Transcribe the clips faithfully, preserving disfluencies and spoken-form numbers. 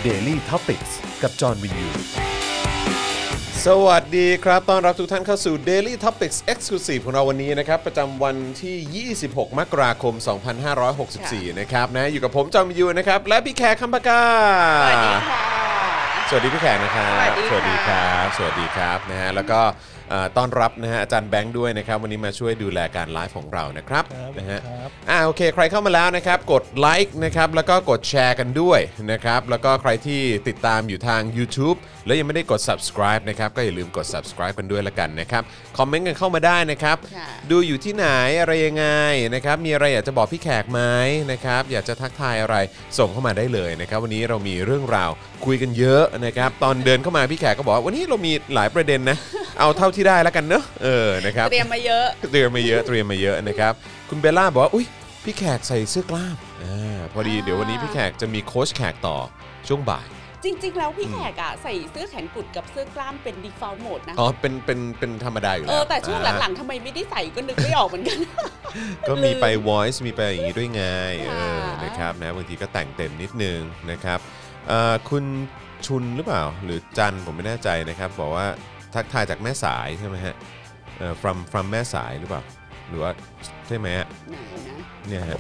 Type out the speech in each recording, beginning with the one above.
Daily Topics กับจอห์นวินยูสวัสดีครับต้อนรับทุกท่านเข้าสู่ Daily Topics Exclusive ของเราวันนี้นะครับประจำวันที่ยี่สิบหกมกราคมสองพันห้าร้อยหกสิบสี่นะครับนะอยู่กับผมจอห์นวินยูนะครับและพี่แขกคำปากาสวัสดีค่ะสวัสดีพี่แขกนะครับสวัสดีครับสวัสดีครับนะฮะแล้วก็ต้อนรับนะฮะอาจารย์แบงค์ด้วยนะครับวันนี้มาช่วยดูแลการไลฟ์ของเรานะครับนะฮะอ่าโอเคใครเข้ามาแล้วนะครับกดไลค์นะครับแล้วก็กดแชร์กันด้วยนะครับแล้วก็ใครที่ติดตามอยู่ทาง YouTube แล้วยังไม่ได้กด Subscribe นะครับก็อย่าลืมกด Subscribe กันด้วยละกันนะครับคอมเมนต์กันเข้ามาได้นะครับดูอยู่ที่ไหนอะไรยังไงนะครับมีอะไรอยากจะบอกพี่แขกไหมนะครับอยากจะทักทายอะไรส่งเข้ามาได้เลยนะครับวันนี้เรามีเรื่องราวคุยกันเยอะนะครับตอนเดินเข้ามาพี่แขกก็บอกว่าวันนี้เรามีหลายประเด็นนะเอาเท่าที่ได้แล้วกันเนอะเออนะครับเตรียมมาเยอะเตรียมมาเยอะเตรียมมาเยอะนะครับคุณเบลล่าบอกว่าอุ๊ยพี่แขกใส่เสื้อกล้ามอ่าพอดีเดี๋ยววันนี้พี่แขกจะมีโค้ชแขกต่อช่วงบ่ายจริงๆแล้วพี่แขกอ่ะใส่เสื้อแขนกุดกับเสื้อกล้ามเป็น default mode นะอ๋อเป็นเป็นเป็นธรรมดาอยู่แล้วเออแต่ช่วงหลังๆทำไมไม่ได้ใส่ก็นึกไม่ออกเหมือนกันก็มีไป voice มีไปอย่างนี้ด้วยไงเออนะครับนะบางทีก็แต่งเต็มนิดนึงนะครับเอ่อคุณชุนหรือเปล่าหรือจันผมไม่แน่ใจนะครับบอกว่าทักทายจากแม่สายใช่ไหมฮะเอ่อ from from แม่สายหรือเปล่าหรือว่าใช่ไหมฮะเนี่ยฮะ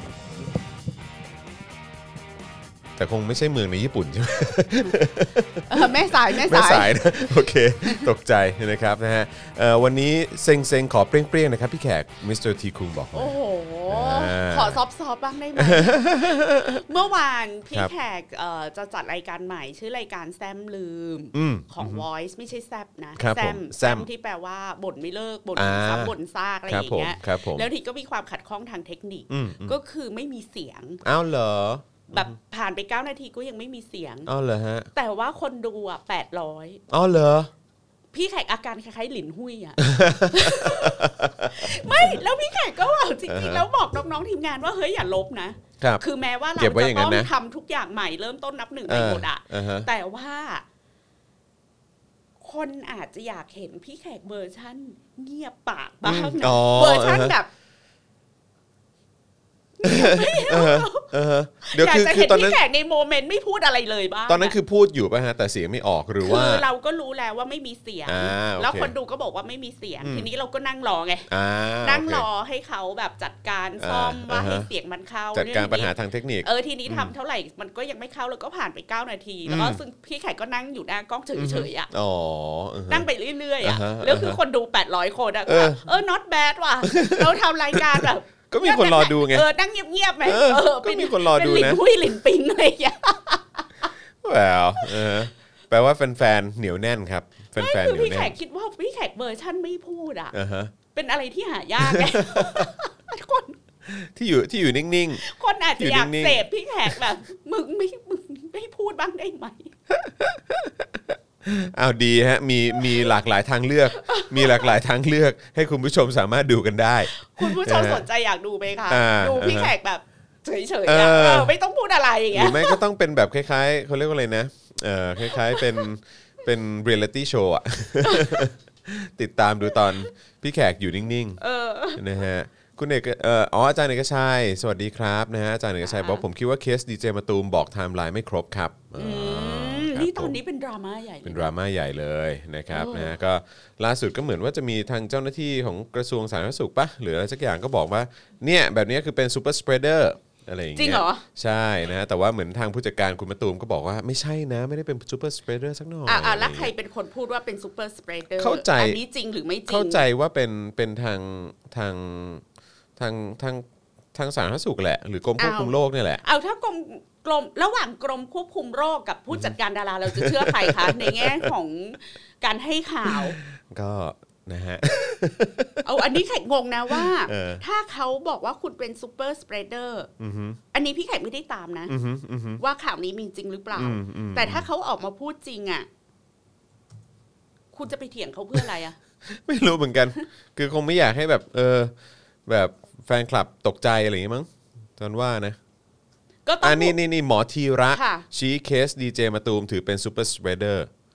แต่คงไม่ใช่เมืองในญี่ปุ่นใช่ไหมแม่สายแม่สายแม่สายนะโอเคตกใจนะครับนะฮะวันนี้เซ็งเซ็งขอเปรี้ยงๆนะครับพี่แขกมิสเตอร์ทีคุงบอกโอ้โหขอซอฟๆบ้างได้ไหมเมื่อวานพี่แขกจะจัดรายการใหม่ชื่อรายการแซมลืมของ Voice ไม่ใช่แซบนะแซมแซมที่แปลว่าบ่นไม่เลิกบ่นซ้ำบ่นซากอะไรอย่างเงี้ยแล้วทีก็มีความขัดข้องทางเทคนิคก็คือไม่มีเสียงอ้าวเหรอแบบผ่านไปเก้านาทีก็ยังไม่มีเสียงอ๋อเหรอฮะแต่ว่าคนดูอ่ะแปดร้อยอ๋อเหรอพี่แขกอาการคล้ายๆหลินหุ้ยอ่ะ ไม่แล้วพี่แขกก็บอกจริงๆแล้วบอกน้องๆทีมงานว่าเฮ้ยอย่าลบนะคือแม้ว่าเราจะต้องทำทุกอย่างใหม่เริ่มต้นนับหนึ่งใหม่หมดอ่ะแต่ว่าคนอาจจะอยากเห็นพี่แขกเวอร์ชั่นเงียบปากบ้างนะเวอร์ชั่นแบบเดี๋ยวคือคือตอนนั้นพี่แขกในโมเมนต์ไม่พูดอะไรเลยบ้างตอนนั้นคือพูดอยู่ป่ะฮะแต่เสียงไม่ออกหรือว่าคือเราก็รู้แล้วว่าไม่มีเสียงแล้วคนดูก็บอกว่าไม่มีเสียงทีนี้เราก็นั่งรอไงนั่งรอให้เขาแบบจัดการซ่อมว่าให้เสียงมันเข้าจัดการปัญหาทางเทคนิคเออทีนี้ทำเท่าไหร่มันก็ยังไม่เข้าแล้วก็ผ่านไปเก้านาทีแล้วก็ซึ่งพี่แขกก็นั่งอยู่หน้ากล้องเฉยๆอ่ะนั่งไปเรื่อยๆอ่ะแล้วคือคนดูแปดร้อยคนอ่ะเออ not bad ว่ะเราทำรายการแบบก็มีคนรอดูไงเออนั่งเงียบๆไหมเออก็มีคนรอดูนะเป็นหลินหุ้ยหลินปิงอะไรอย่างเงี้ยแล้วแปลว่าแฟนๆเหนียวแน่นครับแฟนๆเหนียวแน่นพี่แขกคิดว่าพี่แขกเวอร์ชั่นไม่พูดอ่ะเป็นอะไรที่หายากไงคนที่อยู่ที่อยู่นิ่งๆคนอาจจะอยากเสพพี่แขกแบบมึงไม่มึงไม่พูดบ้างได้ไหมอ้าวดีฮะมีมีหลากหลายทางเลือกมีหลากหลายทางเลือกให้คุณผู้ชมสามารถดูกันได้คุณผู้ชมสนใจอยากดูไหมคะดูพี่แขกแบบเฉยๆอ่ะไม่ต้องพูดอะไรอย่างเงี้ยหรือไม่ก็ต้องเป็นแบบคล้ายๆเขาเรียกว่าอะไรนะเอ่อคล้ายๆเป็นเป็นเรียลลิตี้โชว์อ่ะติดตามดูตอนพี่แขกอยู่นิ่งๆนะฮะคุณเอกเอ่ออ๋ออาจารย์เอกชัยสวัสดีครับนะฮะอาจารย์เอกชัยบอกผมคิดว่าเคสดีเจมะตูมบอกไทม์ไลน์ไม่ครบครับนี่ตอนนี้เป็นดราม่าใหญ่เป็นดราม่าใหญ่เลยนะครับนะก็ล่าสุดก็เหมือนว่าจะมีทางเจ้าหน้าที่ของกระทรวงสาธารณสุขปะหรืออะไรสักอย่างก็บอกว่าเนี่ยแบบนี้คือเป็นซูเปอร์สเปรเดอร์อะไรอย่างเงี้ยจริงเหรอใช่นะแต่ว่าเหมือนทางผู้จัดการคุณมะตูมก็บอกว่าไม่ใช่นะไม่ได้เป็นซูเปอร์สเปรเดอร์สักหน่อยอ่าแล้วใครเป็นคนพูดว่าเป็นซูเปอร์สเปรเดอร์เข้าใจอันนี้จริงหรือไม่จริงเข้าใจว่าเป็นเป็นทางทางทางทางทางสาธารณสุขแหละหรือกรมควบคุมโรคเนี่ยแหละเอาถ้ากรมกรมระหว่างกรมควบคุมโรคกับผู้จัดการดาราเราจะเชื่อใครคะในแง่ของการให้ข่าวก็นะฮะเอาอันนี้แขกงงนะว่าถ้าเขาบอกว่าคุณเป็นซูเปอร์สเปรเดอร์อันนี้พี่แขกไม่ได้ตามนะว่าข่าวนี้มีจริงหรือเปล่าแต่ถ้าเขาออกมาพูดจริงอ่ะคุณจะไปเถียงเขาเพื่ออะไรอ่ะไม่รู้เหมือนกันคือคงไม่อยากให้แบบเออแบบแฟนคลับตกใจอะไรอย่างงี้มั้งจนว่านะก็ต้องอันนี้นี่นี่หมอธีระชี้เคสดีเจมะตูมถือเป็นซูเปอร์สเปรเดอร์อ่ะ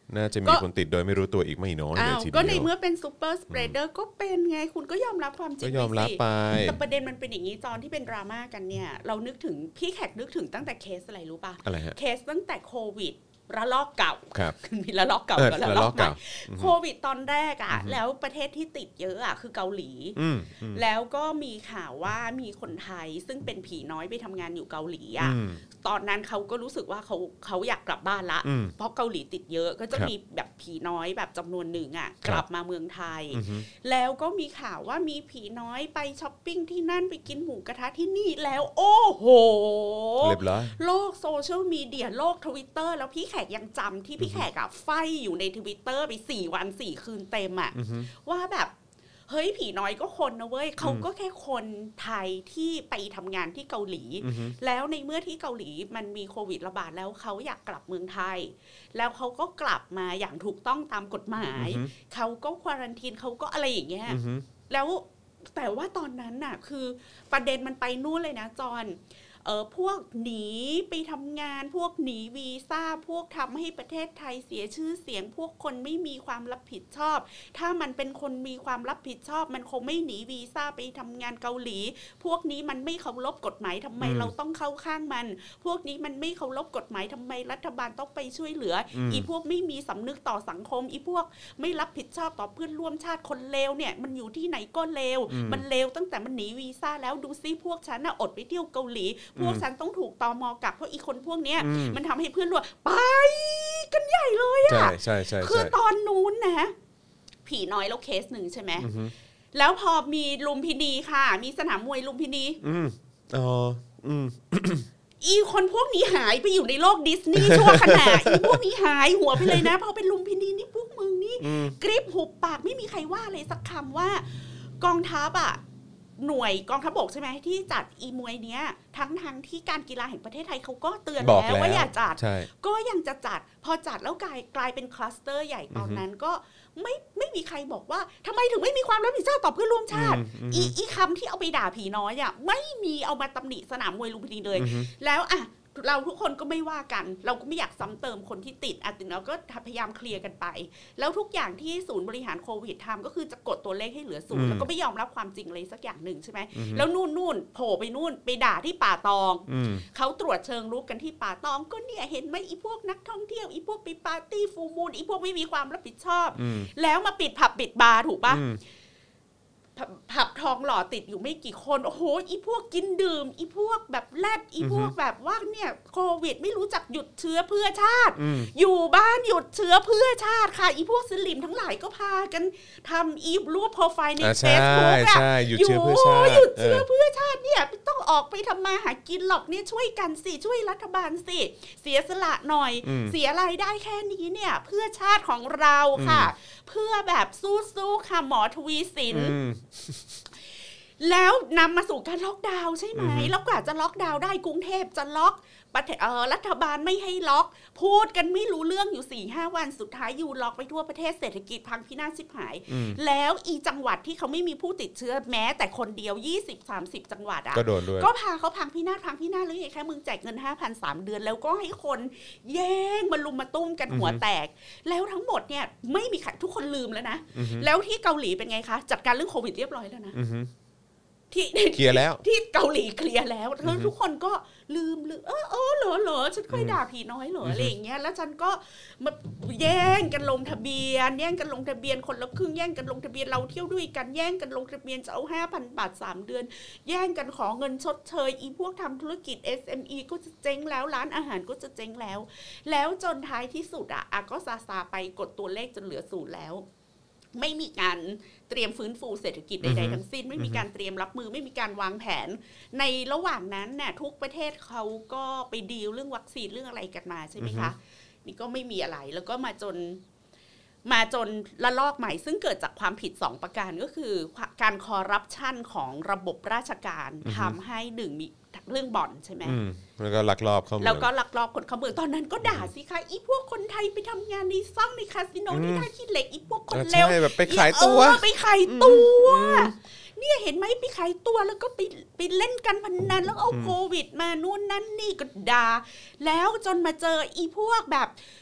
น่าจะมีคนติดโดยไม่รู้ตัวอีกไม่น้อยเลยทีเดียวก็ในเมื่อเป็นซูเปอร์สเปรดเดอร์ก็เป็นไงคุณก็ยอมรับความจริงก็ยอมรับไปแต่ประเด็นมันเป็นอย่างนี้จอนที่เป็นดราม่ากันเนี่ยเรานึกถึงพี่แขกนึกถึงตั้งแต่เคสอะไรรู้ป่ะอะไรฮะเคสตั้งแต่โควิดระลอกเก่าครับมีระลอกเก่ากับระลอกใหม่โควิดตอนแรกอ่ะแล้วประเทศที่ติดเยอะอ่ะคือเกาหลีแล้วก็มีข่าวว่ามีคนไทยซึ่งเป็นผีน้อยไปทำงานอยู่เกาหลีอ่ะตอนนั้นเขาก็รู้สึกว่าเขาเขาอยากกลับบ้านละเพราะเกาหลีติดเยอะก็จะมีแบบผีน้อยแบบจำนวนหนึ่งอ่ะกลับมาเมืองไทยแล้วก็มีข่าวว่ามีผีน้อยไปช้อปปิ้งที่นั่นไปกินหมูกระทะที่นี่แล้วโอ้โหโลกโซเชียลมีเดียโลก Twitter แล้วพี่แขกยังจำที่พี่แขกอะไฟอยู่ใน Twitter ไปสี่วันสี่คืนเต็มอะว่าแบบเฮ้ยผีน้อยก็คนนะเว้ยเขาก็แค่คนไทยที่ไปทำงานที่เกาหลีแล้วในเมื่อที่เกาหลีมันมีโควิดระบาดแล้วเขาอยากกลับเมืองไทยแล้วเขาก็กลับมาอย่างถูกต้องตามกฎหมายเขาก็ควอรันทีนเขาก็อะไรอย่างเงี้ยแล้วแต่ว่าตอนนั้นน่ะคือประเด็นมันไปนู่นเลยนะจอนเออพวกหนีไปทำงานพวกหนีวีซ่าพวกทำให้ประเทศไทยเสียชื่อเสียงพวกคนไม่มีความรับผิดชอบถ้ามันเป็นคนมีความรับผิดชอบมันคงไม่หนีวีซ่าไปทำงานเกาหลีพวกนี้มันไม่เคารพกฎหมายทำไมเราต้องเข้าข้างมันพวกนี้มันไม่เคารพกฎหมายทำไมรัฐบาลต้องไปช่วยเหลืออีพวกไม่มีสำนึกต่อสังคมอีพวกไม่รับผิดชอบต่อเพื่อนร่วมชาติคนเลวเนี่ยมันอยู่ที่ไหนก็เลวมันเลวตั้งแต่มันหนีวีซ่าแล้วดูซิพวกฉันน่ะอดไปเที่ยวเกาหลีพวกฉันต้องถูกตม.กักเพราะอีคนพวกเนี้ยมันทำให้เพื่อนร่วมไปกันใหญ่เลยอ่ะใช่ใช่คือตอนนู้นนะผีน้อยแล้วเคสหนึ่งใช่ไหมแล้วพอมีลุมพินีค่ะมีสนามมวยลุมพินีอืมอ๋ออืมอีคนพวกนี้หายไปอยู่ในโลกดิสนีย์ชั่วขณะอีพวกนี้หายหัวไปเลยนะพอเป็นลุมพินีนี่พวกมึงนี่กริบหุบปากไม่มีใครว่าเลยสักคำว่ากองทัพอ่ะหน่วยกองทัพบกใช่ไหมที่จัดอีมวยเนี้ยทั้งทางที่การกีฬาแห่งประเทศไทยเขาก็เตือนแล้วว่าอย่าจัดก็ยังจะจัดพอจัดแล้วกลายกลายเป็นคลัสเตอร์ใหญ่ตอนนั้นก็ไม่ไม่มีใครบอกว่าทำไมถึงไม่มีความรับผิดชอบต่อเพื่อนร่วมชาติอีอีคำที่เอาไปด่าผีน้อยอ่ะไม่มีเอามาตำหนิสนามมวยลุมพินีเลยแล้วอ่ะเราทุกคนก็ไม่ว่ากันเราก็ไม่อยากซ้ำเติมคนที่ติดอ่ะถึงเราก็พยายามเคลียร์กันไปแล้วทุกอย่างที่ศูนย์บริหารโควิดทำก็คือจะกดตัวเลขให้เหลือศูนย์แล้วก็ไม่ยอมรับความจริงเลยสักอย่างหนึ่งใช่ไหมแล้วนู่นนู่นโผล่ไปนู่นไปด่าที่ป่าตองเขาตรวจเชิงรุกกันที่ป่าตองก็เนี่ยเห็นไหมอีพวกนักท่องเที่ยวอีพวกไปปาร์ตี้ฟูลมูนอีพวกไม่มีความรับผิดชอบแล้วมาปิดผับปิดบาร์ถูกปะผับทองหล่อติดอยู่ไม่กี่คนโอ้โหอีพวกกินดื่มอีพวกแบบแลดอีพวกแบบว่าเนี่ยโควิดไม่รู้จักหยุดเชื้อเพื่อชาติอยู่บ้านหยุดเชื้อเพื่อชาติค่ะอีพวกสลิมทั้งหลายก็พากันทำอีรูปโปรไฟล์ใน Facebook อ่ะหยุดเชื้อเพื่อชาติหยุดเชื้อเพื่อชาติเนี่ยไม่ต้องออกไปทำมาหากินหรอกเนี่ยช่วยกันสิช่วยรัฐบาลสิเสียสละหน่อยเสียรายได้แค่นี้เนี่ยเพื่อชาติของเราค่ะเพื่อแบบสู้ๆค่ะหมอทวีสินแล้วนำมาสู่การล็อกดาวน์ใช่ไหมแล้วกว่าจะล็อกดาวน์ได้กรุงเทพจะล็อกรัฐบาลไม่ให้ล็อกพูดกันไม่รู้เรื่องอยู่ สี่ห้า วันสุดท้ายอยู่ล็อกไปทั่วประเทศเศรษฐกิจพังพินาศชิบหายแล้วอีจังหวัดที่เขาไม่มีผู้ติดเชื้อแม้แต่คนเดียว ยี่สิบสามสิบ จังหวัดอ่ะก็โดนด้วยก็พาเขาพังพินาศพังพินาศเลยแค่มึงแจกเงิน ห้าพัน สาม เดือนแล้วก็ให้คนแย่งมาลุมมาตุ้มกันหัวแตกแล้วทั้งหมดเนี่ยไม่มีใครทุกคนลืมแล้วนะแล้วที่เกาหลีเป็นไงคะจัดการเรื่องโควิดเรียบร้อยแล้วนะที่เคลียร์แล้วที่เกาหลีเคลียร์แล้วแล้วทุกคนก็ลืมลืมเออเออเหรอเหรอฉันเคยด่าผีน้อยเหรออะไรอย่างเงี้ยแล้วฉันก็มาแย่งกันลงทะเบียนแย่งกันลงทะเบียนคนละครึ่งแย่งกันลงทะเบียนเราเที่ยวด้วยกันแย่งกันลงทะเบียนจะเอา ห้าพัน บาทสามเดือนแย่งกันขอเงินชดเชยอีพวกทำธุรกิจ เอส เอ็ม อี ก็จะเจ๊งแล้วร้านอาหารก็จะเจ๊งแล้วแล้วจนท้ายที่สุดอ่ะอ่ะก็ซาซาไปกดตัวเลขจนเหลือศูนย์แล้วไม่มีการเตรียมฟื้นฟูเศรษฐกิจใดๆทั้งสิ้นไม่มีการเตรียมรับมือไม่มีการวางแผนในระหว่างนั้นน่ะทุกประเทศเขาก็ไปดีลเรื่องวัคซีนเรื่องอะไรกันมาใช่ไหมคะนี่ก็ไม่มีอะไรแล้วก็มาจนมาจนระลอกใหม่ซึ่งเกิดจากความผิดสองประการก็คือการคอร์รัปชันของระบบราชการทำให้หนึ่งมีเรื่องบ่อนใช่ไหมแล้วก็ลักลอบเข้าเมืองแล้วก็ลักลอบคนเข้าเมืองตอนนั้นก็ด่าสิคะอีพวกคนไทยไปทำงานในซ่องในคาสิโนที่ท่าขี้เหล็กอีพวกคนเลวแบบไปขายตัวไปขายตัวเนี่ยเห็นไหมไปขายตัวแล้วก็ไปไปเล่นกันพนันแล้วเอาโควิดมานู่นนั่นนี่ก็ด่าแล้วจนมาเจออีพวกแบบ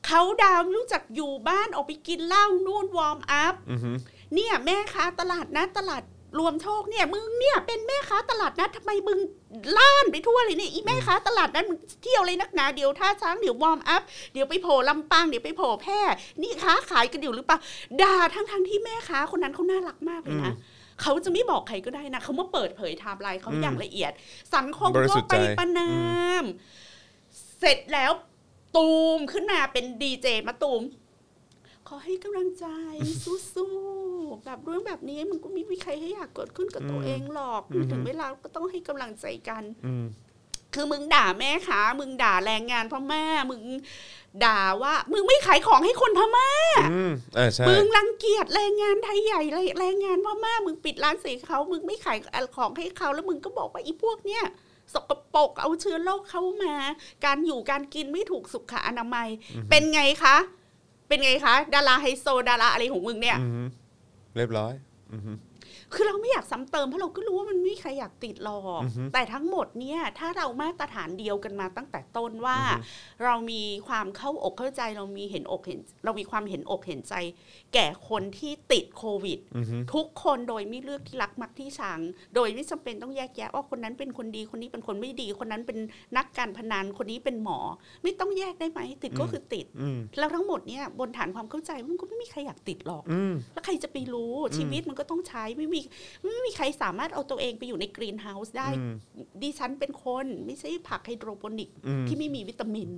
เขาดาวรู้จักอยู่บ้านออกไปกินเหล้านู่นวอร์มอัพเนี่ยแม่ค้าตลาดนัดตลาดรวมโชคเนี่ยมึงเนี่ยเป็นแม่ค้าตลาดนัดทำไมมึงล่านไปทั่วเลยเนี่ยอีแม่ค้าตลาดนัดมึงเที่ยวเลยนักหนาเดี๋ยวท่าช้างเดี๋ยววอร์มอัพเดี๋ยวไปโผล่ลำปางเดี๋ยวไปโผล่แพร่นี่ค้าขายกันอยู่หรือเปล่าด่าทั้งทั้งที่แม่ค้าคนนั้นเขาน่ารักมากเลยนะเขาจะไม่บอกใครก็ได้นะเขามาเปิดเผยไทม์ไลน์เขาอย่างละเอียดสังคมก็ไปประนามเสร็จแล้วตูมขึ้นมาเป็นดีเจมาตูมขอให้กำลังใจสู้ๆแบบเรื่องแบบนี้มันก็ไม่มีใครให้อยากเกิดขึ้นกับตัวเองหรอกถึงเวลาก็ต้องให้กำลังใจกันคือมึงด่าแม่ค้ามึงด่าแรงงานพม่ามึงด่าว่ามึงไม่ขายของให้คนพม่ามึงรังเกียจแรงงานไทยใหญ่แรงงานพม่ามึงปิดร้านเสียเขามึงไม่ขายของให้เขาแล้วมึงก็บอกว่าอีพวกเนี้ยสกปรกเอาเชื้อโรคเข้ามาการอยู่การกินไม่ถูกสุขอนามัยเป็นไงคะเป็นไงคะดาราไฮโซดาราอะไรของมึงเนี่ยเรียบร้อยคือเราไม่อยากซ้ำเติมเพราะเราก็รู้ว่ามันไม่มีใครอยากติดหรอกแต่ทั้งหมดเนี่ยถ้าเรามาตรฐานเดียวกันมาตั้งแต่ต้นว่าเรามีความเข้าอกเข้าใจเรามีเห็นอกเห็นเรามีความเห็นอกเห็นใจแก่คนที่ติดโควิดทุกคนโดยไม่เลือกที่รักมักที่ชังโดยไม่จำเป็นต้องแยกแยะว่าคนนั้นเป็นคนดีคนนี้เป็นคนไม่ดีคนนั้นเป็นนักการพนันคนนี้เป็นหมอไม่ต้องแยกได้ไหมติดก็คือติดแล้วทั้งหมดเนี่ยบนฐานความเข้าใจมันก็ไม่มีใครอยากติดหรอกแล้วใครจะไปรู้ชีวิตมันก็ต้องใช้ไม่มีไม่มีใครสามารถเอาตัวเองไปอยู่ในกรีนเฮาส์ได้ดิฉันเป็นคนไม่ใช่ผักไฮโดรโปนิกที่ไม่มีวิตามิน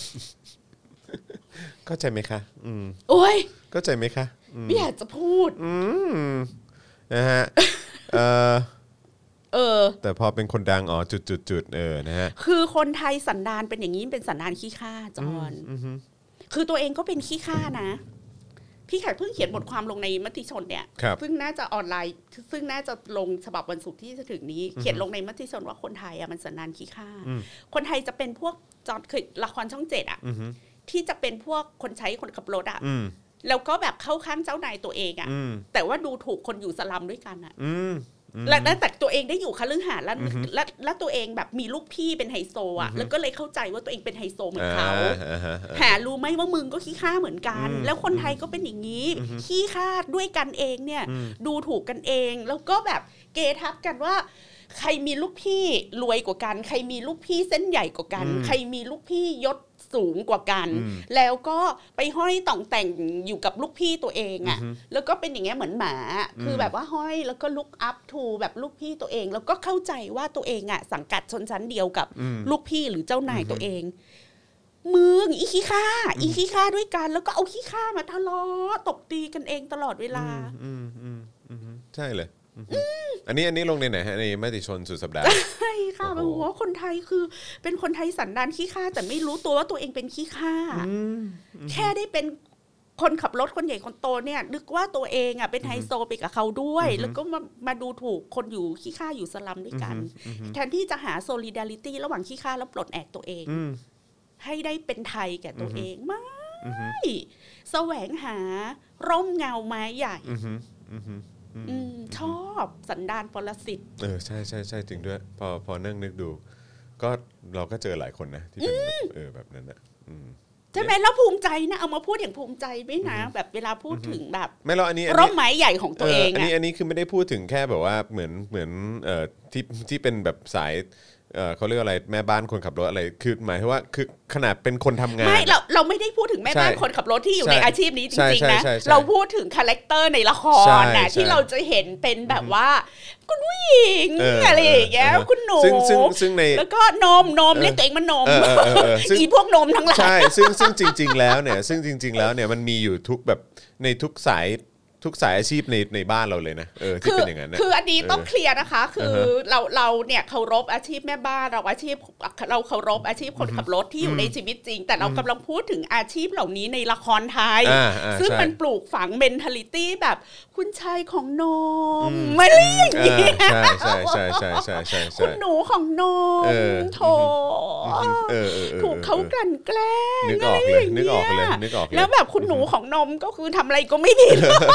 เข้าใจไหมคะโอ้ยเข้าใจไหมคะไม่อยากจะพูดนะฮะเออเออแต่พอเป็นคนดังอ๋อจุดๆๆเออนะฮะคือคนไทยสันดานเป็นอย่างนี้เป็นสันดานขี้ข้าจอนคือตัวเองก็เป็นขี้ข้านะพี่แขกเพิ่งเขียนบทความลงในมติชนเนี่ยซึ่งน่าจะออนไลน์ซึ่งน่าจะลงฉบับวันศุกร์ที่จะถึงนี้เขียนลงในมติชนว่าคนไทยอ่ะมันสันดานขี้ข้าคนไทยจะเป็นพวกจอดเคยละครช่องเจ็ดอ่ะที่จะเป็นพวกคนใช้คนขับรถอ่ะแล้วก็แบบเข้าข้างเจ้านายตัวเองอ่ะแต่ว่าดูถูกคนอยู่สลัมด้วยกันอ่ะแล้วแต่ตัวเองได้อยู่คฤหาสน์แล้วแล้วแล้วตัวเองแบบมีลูกพี่เป็นไฮโซอ่ะแล้วก็เลยเข้าใจว่าตัวเองเป็นไฮโซเหมือนเขาหารู้ไหมว่ามึงก็ขี้ข้าเหมือนกันแล้วคนไทยก็เป็นอย่างนี้ขี้ข้าด้วยกันเองเนี่ยดูถูกกันเองแล้วก็แบบเกทับกันว่าใครมีลูกพี่รวยกว่ากันใครมีลูกพี่เส้นใหญ่กว่ากันใครมีลูกพี่ยศสูงกว่ากันแล้วก็ไปห้อยต่องแต่งอยู่กับลูกพี่ตัวเองอ่ะแล้วก็เป็นอย่างเงี้ยเหมือนหมาคือแบบว่าห้อยแล้วก็ลุกอัพทูแบบลูกพี่ตัวเองแล้วก็เข้าใจว่าตัวเองอ่ะสังกัดชนชั้นเดียวกับลูกพี่หรือเจ้านายตัวเองมึงอีขี้ข้าอีขี้ข้าด้วยกันแล้วก็เอาขี้ข้ามาทะเลาะตบตีกันเองตลอดเวลาใช่เลยอันนี้อันนี้ลงในไหนฮะในมติชนสุดสัปดาห์ใช่ค่ะมันบอกว่าคนไทยคือเป็นคนไทยสันดานขี้ข้าแต่ไม่รู้ตัวว่าตัวเองเป็นขี้ข้าแค่ได้เป็นคนขับรถคนใหญ่คนโตเนี่ยนึกว่าตัวเองอ่ะเป็นไฮโซไปกับเขาด้วยแล้วก็มามาดูถูกคนอยู่ขี้ข้าอยู่สลัมด้วยกันแทนที่จะหาโซลิดาริตี้ระหว่างขี้ข้าแล้วปลดแอกตัวเองให้ได้เป็นไทยแก่ตัวเองไม่แสวงหาร่มเงาไม้ใหญ่ชอบสันดานปรสิตเออใช่ใช่ใช่จริงด้วยพอพอนั่งนึกดูก็เราก็เจอหลายคนนะที่เป็นแบบเออแบบนั้นนะใช่ไหมแล้วภูมิใจนะเอามาพูดอย่างภูมิใจไหมนะแบบเวลาพูดถึงแบบไม่หรอกอันนี้ร่มไม้ใหญ่ของตัวเองอันนี้อันนี้คือไม่ได้พูดถึงแค่แบบว่าเหมือนเหมือนเอ่อที่ที่เป็นแบบสายเออเขาเรียกอะไรแม่บ้านคนขับรถอะไรคือหมายถึงว่าคือขนาดเป็นคนทำงานไม่เราเราไม่ได้พูดถึงแม่บ้านคนขับรถที่อยู่ในอาชีพนี้จริงๆนะเราพูดถึงคาแรคเตอร์ในละครนะที่เราจะเห็นเป็นแบบว่าคุณผู้หญิงอะไรอย่างเงี้ยคุณหนูแล้วก็นมนมเรียกตัวเองมันนมอีพวกนมทั้งหลายใช่ซึ่งซึ่งจริงๆแล้วเนี่ยซึ่งจริงๆแล้วเนี่ยมันมีอยู่ทุกแบบในทุกสายทุกสายอาชีพในในบ้านเราเลยนะเออที่เป็นอย่างนั้นนะคืออันนี้ต้องเคลียร์นะคะคือเราเราเนี่ยเคารพอาชีพแม่บ้านเราอาชีพเราเคารพอาชีพคนขับรถที่อยู่ในชีวิตจริงแต่เรากำลังพูดถึงอาชีพเหล่านี้ในละครไทยซึ่งมันปลูกฝังเมนทาลิตี้แบบคุณชายของนมมาเรียกอย่างเงี้ยใช่ใช่ใช่ใช่ใช่ใช่คุณหนูของนมโถถูกเขากลั่นแกล้งนึกออกเลยนึกออกเลยนึกออกเลยแล้วแบบคุณหนูของนมก็คือทำอะไรก็ไม่ผิด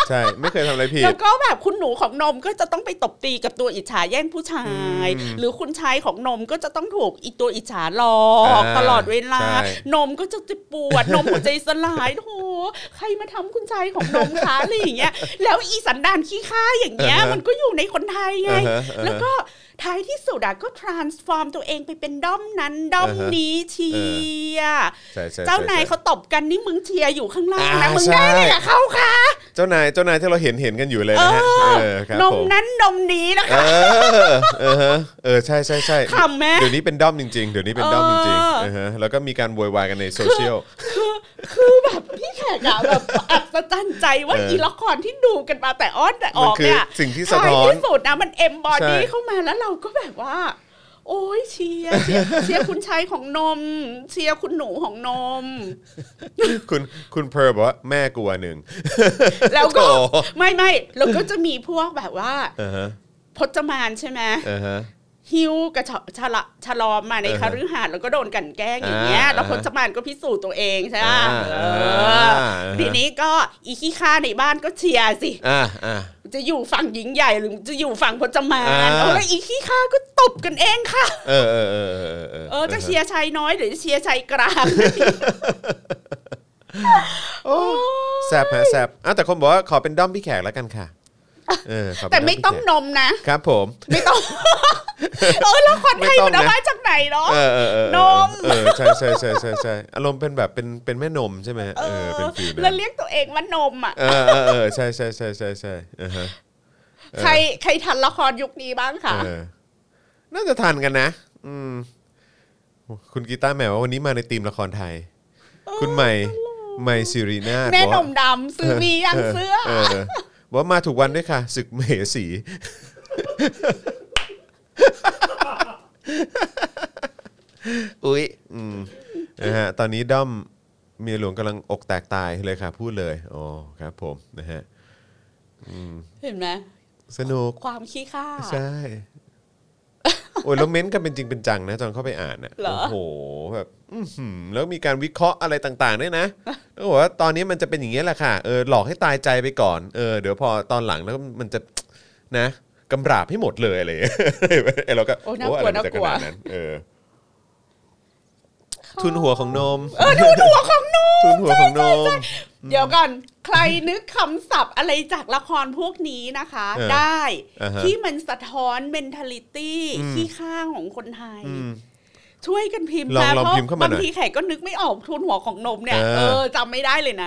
ใช่ไม่เคยทำอะไรผิดแล้วก็แบบคุณหนูของนมก็จะต้องไปตบตีกับตัวอิจฉาแย่งผู้ชายหรือคุณชายของนมก็จะต้องถูกอีตัวอิจฉาหลอกตลอดเวลานมก็จะเจ็บปวดนมหัวใจสลายโธ่ใครมาทำคุณชายของนมคะอะไรอย่างเงี้ยแล้วอีสันดานขี้ข้าอย่างเงี้ยมันก็อยู่ในคนไทยไงแล้วก็ท้ายที่สุดอะก็ transform ตัวเองไปเป็นด้อมนั้นด้อมนี้เชียร์เจ้านายเขาตบกันนี่มึงเชียร์อยู่ข้างล่างนะมึงได้เลยกับเขาค่ะเจ้านายเจ้านายที่เราเห็นเห็นกันอยู่เลยนะฮะนมนั้นนมนี้นะคะเออเออใช่ใช่ใช่เดี๋ยวนี้เป็นด้อมจริงๆเดี๋ยวนี้เป็นด้อมจริงๆแล้วก็มีการโวยวายกันในโซเชียลคือแบบพี่แขกอะแบบอัศจรรย์ใจว่าอีละครที่ดูกันมาแต่อ้อนแต่ออกเนี่ยสิ่งที่สะท้อนที่สุดนะมันเอ็มบอดี้เข้ามาแล้วเราก็แบบว่าโอ้ยเชียร์เชียร์เชียร์คุณชายของนมเชียร์คุณหนูของนมคุณคุณเพร์ลบอกว่าแม่กลัวหนึ่งแล้วก็ไม่ไม่แล้วก็จะมีพวกแบบว่าพจมานใช่ไหมฮิวกับชะละชะลอมมาในคฤหาสน์แล้วก็โดนกันแกล้งอย่างเงี้ยแล้วพจมานก็พิสูจน์ตัวเองใช่ไหมทีนี้ก็อีขี้ข้าในบ้านก็เชียร์สิจะอยู่ฝั่งหญิงใหญ่หรือจะอยู่ฝั่งพจมานแล้วอีขี้ข้าก็ตบกันเองค่ะเออเออเออเออเออจะเชียร์ชายน้อยหรือเชียร์ชายกลางแซ่บฮะแซ่บอ่ะแต่คนบอกว่าขอเป็นด้อมพี่แขกแล้วกันค่ะเออแต่ไม่ต้องนมนะครับผมไม่ต้องเออแล้วคนไทยมันเอามาจากไหนเนาะนมเออใช่ใช่ใช่ใช่ใช่อารมณ์เป็นแบบเป็นเป็นแม่นมใช่ไหมเออเป็นฟีลแล้วเรียกตัวเองว่านมอ่ะเออเออใช่ใช่ใช่ใช่ใช่ใครใครทันละครยุคนี้บ้างคะน่าจะทันกันนะอืมคุณกีตาร์แมวว่าวันนี้มาในทีมละครไทยคุณใหม่ใหม่ซิรินาแม่นมดำซื้อมียังเสื้อว่ามาถูกวันด้วยค่ะศึกมเหสีอุ๊ยอืมนะฮะตอนนี้ด้อมเมียหลวงกำลังอกแตกตายเลยค่ะพูดเลยอ๋อครับผมนะฮะเห็นไหมสนุกความขี้ข้าใช่โอ้ยแล้วเม้นกันเป็นจริงเป็นจังนะตอนเข้าไปอ่านน่ะโอ้โหแบบแล้วมีการวิเคราะห์อะไรต่างๆด้วยนะแล้วบอกว่าตอนนี้มันจะเป็นอย่างนี้แหละค่ะเออหลอกให้ตายใจไปก่อนเออเดี๋ยวพอตอนหลังแล้วมันจะนะกำราบให้หมดเลยอะไรเราก็โอ้อะไรจะขนาดนั้นเออทุนหัวของนมเออทุนหัวของนมทุนหัวของนมเดี๋ยวก่อนใครนึกคำศัพท์อะไรจากละครพวกนี้นะคะได้ที่มันสะท้อน mentality ขี้ข้าของคนไทยช่วยกันพิมพ์นะเพราะบางทีแขกก็นึกไม่ออกทุนหัวของนมเนี่ยเออจำไม่ได้เลยนะ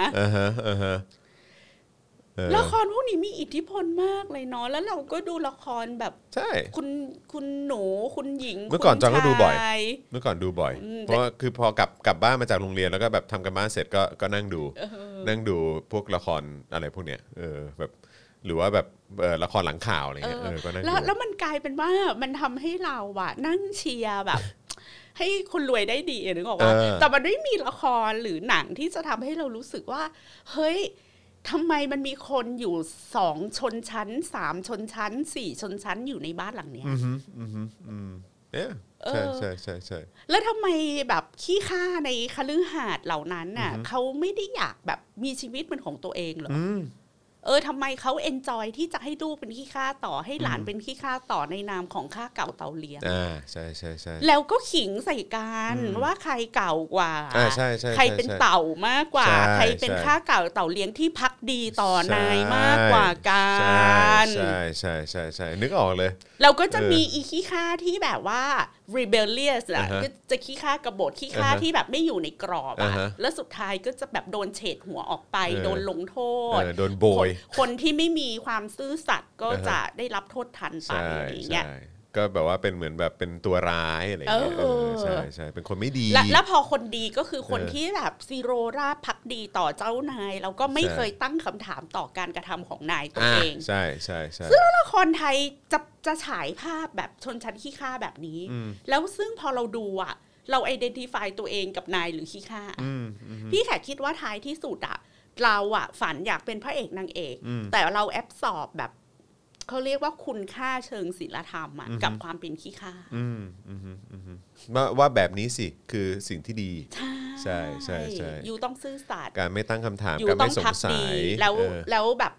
ละครพวกนี้มีอิทธิพลมากเลยเนาะแล้วเราก็ดูละครแบบใช่คุณคุณหนูคุณหญิงเมื่อก่อนจอนก็ดูบ่อยเมื่อก่อนดูบ่อยเพราะว่าคือพอกลับกลับบ้านมาจากโรงเรียนแล้วก็แบบทำกันบ้านเสร็จก็ก็นั่งดูนั่งดูพวกละครอะไรพวกเนี้ยเออแบบหรือว่าแบบละครหลังข่าวอะไรเงี้ยเออก็นั่งดูแล้วแล้วมันกลายเป็นว่ามันทำให้เราอะนั่งเชียร์แบบให้คนรวยได้ดีนึกออกว่าแต่มันไม่มีละครหรือหนังที่จะทำให้เรารู้สึกว่าเฮ้ยทำไมมันมีคนอยู่สองชนชั้นสามชนชั้นสี่ชนชั้นอยู่ในบ้านหลังเนี้ยอืมอืมอืมเอ๊ะใช่ใช่ใช่ใช่แล้วทำไมแบบขี้ข้าในคฤหาสน์เหล่านั้นน่ะเขาไม่ได้อยากแบบมีชีวิตเป็นของตัวเองเหรอเออทำไมเขาเอนจอยที่จะให้ลูกเป็นขี้ข้าต่อให้หลานเป็นขี้ข้าต่อในนามของข้าเก่าเตาเลี้ยงอ่าใช่ใช่ใช่แล้วก็ขิงใส่กันว่าใครเก่ากว่าอ่าใช่ใช่ใครเป็นเต่ามากกว่าใครเป็นข้าเก่าเต่าเลี้ยงที่พักดีต่อนายมากกว่ากันใช่ใช่ใช่ใช่นึกออกเลยเราก็จะมีอีขี้ข้าที่แบบว่า rebellious อ่ะก็จะขี้ข้ากบฏขี้ข้าที่แบบไม่อยู่ในกรอบอ่ะแล้วสุดท้ายก็จะแบบโดนเฉดหัวออกไปโดนลงโทษโดนโบยคนที่ไม่มีความซื่อสัตย์ก็จะได้รับโทษทันไปอย่างเงี้ยก็แบบว่าเป็นเหมือนแบบเป็นตัวร้ายอะไรอย่างเงี้ยใช่ใช่เป็นคนไม่ดีแล้วพอคนดีก็คือคนที่แบบซีโรราบภักดีต่อเจ้านายแล้วก็ไม่เคยตั้งคำถามต่อการกระทำของนายตัวเองใช่ใช่ใช่ซึ่งละครไทยจะจะฉายภาพแบบชนชั้นขี้ข้าแบบนี้แล้วซึ่งพอเราดูอ่ะเราไอดีนติฟายตัวเองกับนายหรือขี้ข้าพี่แขกคิดว่าท้ายที่สุดอ่ะเราอ่ะฝันอยากเป็นพระเอกนางเอกแต่เราแอบสอบแบบเขาเรียกว่าคุณค่าเชิงศีลธรรมอ่ะกับความเป็นขี้ข้าว่าว่าแบบนี้สิคือสิ่งที่ดีใช่ใช่ใช่ใช่อยู่ต้องซื่อสัตย์การไม่ตั้งคำถามการไม่สงสัยแล้วแล้วแบบ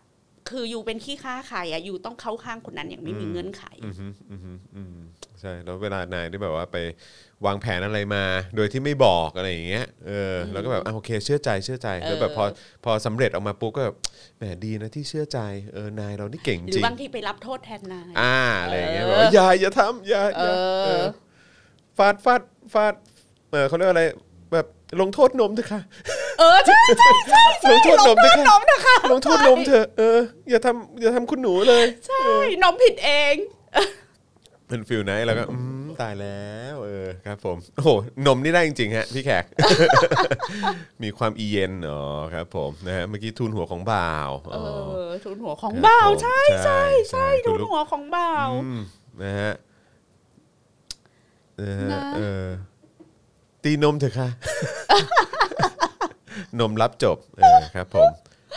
คืออยู่เป็นขี้ข้าใครอ่ะอยู่ต้องเข้าข้างคนนั้นอย่างไม่มีเงื่อนไขอือฮึอือฮึอืมใช่แล้วเวลานายได้แบบว่าไปวางแผนอะไรมาโดยที่ไม่บอกอะไรอย่างเงี้ยเออแล้วก็แบบอ่ะโอเคเชื่อใจเชื่อใจแล้วแบบพอพอสำเร็จออกมาปุ๊บก็แบบแหมดีนะที่เชื่อใจเออนายเรานี่เก่งจริงหรือบางทีไปรับโทษแทนนายอ่าอะไรอย่างเงี้ยแบบว่าอย่าอย่าทำอย่าอย่าฟาดฟาดฟาดเออเขาเรียกอะไรแบบลงโทษนมเถอะค่ะเออใช่ใช่ใช่ลงโทษนมเถอะค่ะลงโทษนมเถอะเอออย่าทำอย่าทำคุณหนูเลยใช่นมผิดเองเป็นฟิลไหนแล้วก็อืมตายแล้วเออครับผมโอ้โหนมนี่ได้จริงๆฮะพี่แขก มีความอีเย็นอ๋อครับผมนะฮะเมื่อกี้ทูนหัวของบ่าวเออทูนหัวของบ่าวใช่ใช่ใช่ทูนหัวของบ่าวนะฮะเออเออตีนมเถอะค่ะ นมรับจบเออครับผม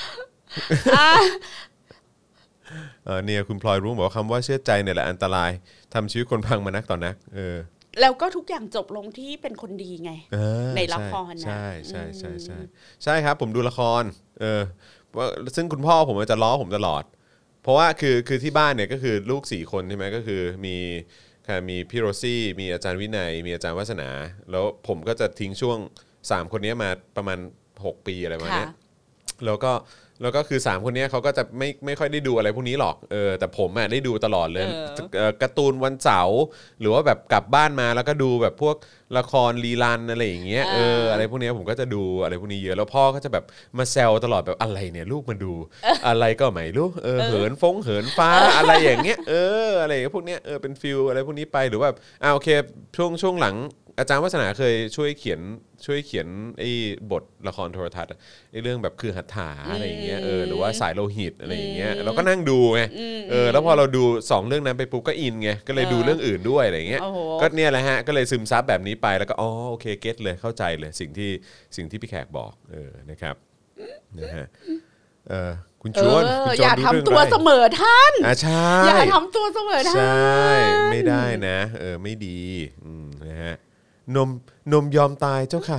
เออเนี่ยคุณพลอยรู้บอกว่าคำว่าเชื่อใจเนี่ยแหละอันตรายทำชีวิตคนพังมานักต่อนักเออแล้วก็ทุกอย่างจบลงที่เป็นคนดีไงในละครนะใช่ใช่ใช่ใช่ใช่ครับผมดูละครเออซึ่งคุณพ่อผมจะล้อผมตลอดเพราะว่าคือคือที่บ้านเนี่ยก็คือลูกสี่คนใช่ไหมก็คือมีมีพี่โรซี่มีอาจารย์วินัยมีอาจารย์วัฒนาแล้วผมก็จะทิ้งช่วงสามคนนี้มาประมาณหกปีอะไรประมาณนี้แล้วก็แล้วก็คือสามคนนี้เขาก็จะไม่ไม่ค่อยได้ดูอะไรพวกนี้หรอกเออแต่ผมอ่ะได้ดูตลอดเลยการ์ตูนวันเสาร์หรือว่าแบบกลับบ้านมาแล้วก็ดูแบบพวกละครรีรันอะไรอย่างเงี้ยเอออะไรพวกนี้ผมก็จะดูอะไรพวกนี้เยอะแล้วพ่อก็จะแบบมาแซวตลอดแบบอะไรเนี่ยลูกมาดูอะไรก็ไม่รู้เออเหินฟงเหินฟ้าอะไรอย่างเงี้ยเอออะไรพวกเนี้ยเออเป็นฟิลอะไรพวกนี้ไปหรือว่าอ่าโอเคช่วงช่วงหลังอาจารย์วัฒนาเคยช่วยเขียนช่วยเขียนไอ้บทละครโทรทัศน์ไอ้เรื่องแบบคือหัตถาอะไรอย่างเงี้ยเออหรือว่าสายโลหิตอะไรอย่างเงี้ยเราก็นั่งดูไงเออแล้วพอเราดูสองเรื่องนั้นไปปุ๊บก็อินไงก็เลยดูเรื่องอื่นด้วยอะไรอย่างเงี้ยก็เนี่ยแหละฮะก็เลยซึมซับแบบนี้ไปแล้วก็อ๋อโอเคเก็ตเลยเข้าใจเลยสิ่งที่สิ่งที่พี่แขกบอกเออนะครับนะฮะเออคุณชวนอย่าทำตัวเสมอท่านอ่าใช่อย่าทำตัวเสมอท่านใช่ไม่ได้นะเออไม่ดีอืมนะฮะนมนมยอมตายเจ้าค่ะ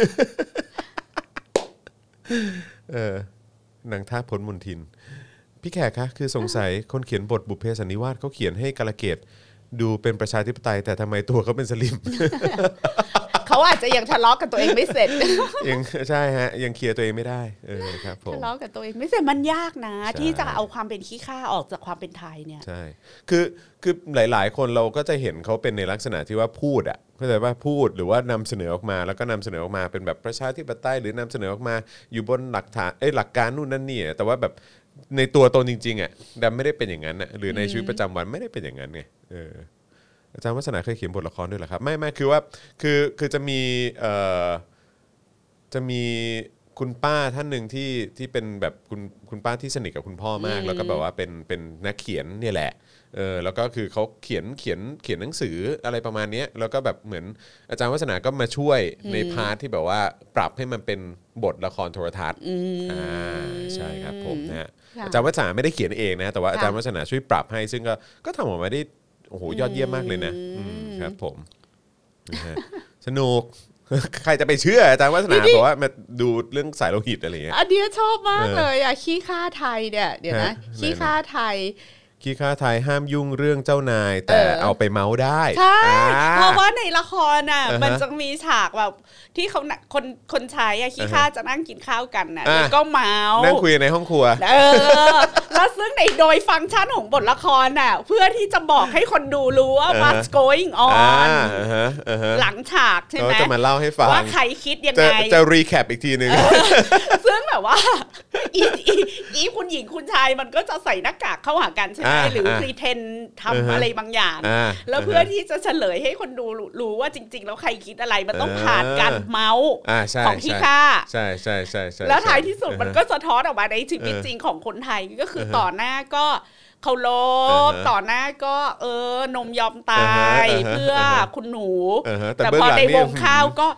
เออนางท่าพ้นมนทินพี่แขกคะคือสงสัยคนเขียนบทบุพเพสันนิวาสเขาเขียนให้กาลเกตดูเป็นประชาธิปไตยแต่ทำไมตัวเขาเป็นสลิมเขาอาจจะยังทะเลาะกับตัวเองไม่เสร็จยังใช่ฮะยังเคลียร์ตัวเองไม่ได้เออครับผมทะเลาะกับตัวเองไม่เสร็จมันยากนะที่จะเอาความเป็นขี้ข้าออกจากความเป็นไทยเนี่ยใช่คือคือหลายๆคนเราก็จะเห็นเขาเป็นในลักษณะที่ว่าพูดอ่ะเข้าใจว่าพูดหรือว่านำเสนอออกมาแล้วก็นำเสนอออกมาเป็นแบบประชาธิปไตยหรือนำเสนอออกมาอยู่บนหลักฐานเอ้ยหลักการนู่นนั่นนี่แต่ว่าแบบในตัวตนจริงๆอ่ะดันไม่ได้เป็นอย่างนั้นอ่ะหรือในชีวิตประจำวันไม่ได้เป็นอย่างนั้นไงเอออาจารย์วัฒนาเคยเขียนบทละครด้วยเหรอครับไม่ไม่คือว่าคือคือจะมีเอ่อจะมีคุณป้าท่านหนึ่งที่ที่เป็นแบบคุณคุณป้าที่สนิทกับคุณพ่อมากแล้วก็แบบว่าเป็นเป็นนักเขียนเนี่ยแหละเออแล้วก็คือเขาเขียนเขียนเขียนหนังสืออะไรประมาณนี้แล้วก็แบบเหมือนอาจารย์วัฒนาก็มาช่วยในพาร์ทที่แบบว่าปรับให้มันเป็นบทละครโทรทัศน์อ่าใช่ครับผมนะฮะอาจารย์วัฒนาไม่ได้เขียนเองนะแต่ว่าอาจารย์วัฒนาช่วยปรับให้ซึ่งก็ก็ทำออกมาได้โอ้โหยอดเยี่ยมมากเลยนะครับผมสนุกใครจะไปเชื่ออาจารย์วัฒนาบอกว่ามาดูเรื่องสายโลหิตอะไรอย่างเงี้ยอันนี้ชอบมากเลยอ่ะขี้ข้าไทยเนี่ยเดี๋ยวนะขี้ข้าไทยขี้ข้าไทยห้ามยุ่งเรื่องเจ้านายแต่เอาไปเมาได้ใช่เพราะว่าในละครน่ะมันจะมีฉากแบบที่เขาคนคนใช้อะขี้ข้าจะนั่งกินข้าวกันน่ะแล้วก็เมานั่งคุยในห้องครัวเออแล้วซึ่งในโดยฟังก์ชันของบทละครน่ะเพื่อที่จะบอกให้คนดูรู้ว่า what's going on หลังฉากใช่ไหมจะมาเล่าให้ฟังว่าใครคิดยังไงจะรีแคปอีกทีนึงซึ่งแบบว่าอีอีคุณหญิงคุณชายมันก็จะใส่หน้ากากเข้าหากันใช่ไหมหรือ pretend ทำอะไรบางอย่างแล้วเพื่อที่จะเฉลยให้คนดูรู้ว่าจริงๆแล้วใครคิดอะไรมันต้องผ่านการเมาส์ของพี่ข้าใช่ใช่ใช่ใช่แล้วท้ายที่สุดมันก็สะท้อนออกมาในชีวิตจริงของคนไทยก็คือต่อหน้าก็เคารพต่อหน้าก็เออนมยอมตายเพื่อคุณหนูแต่พอในวงข้าวก็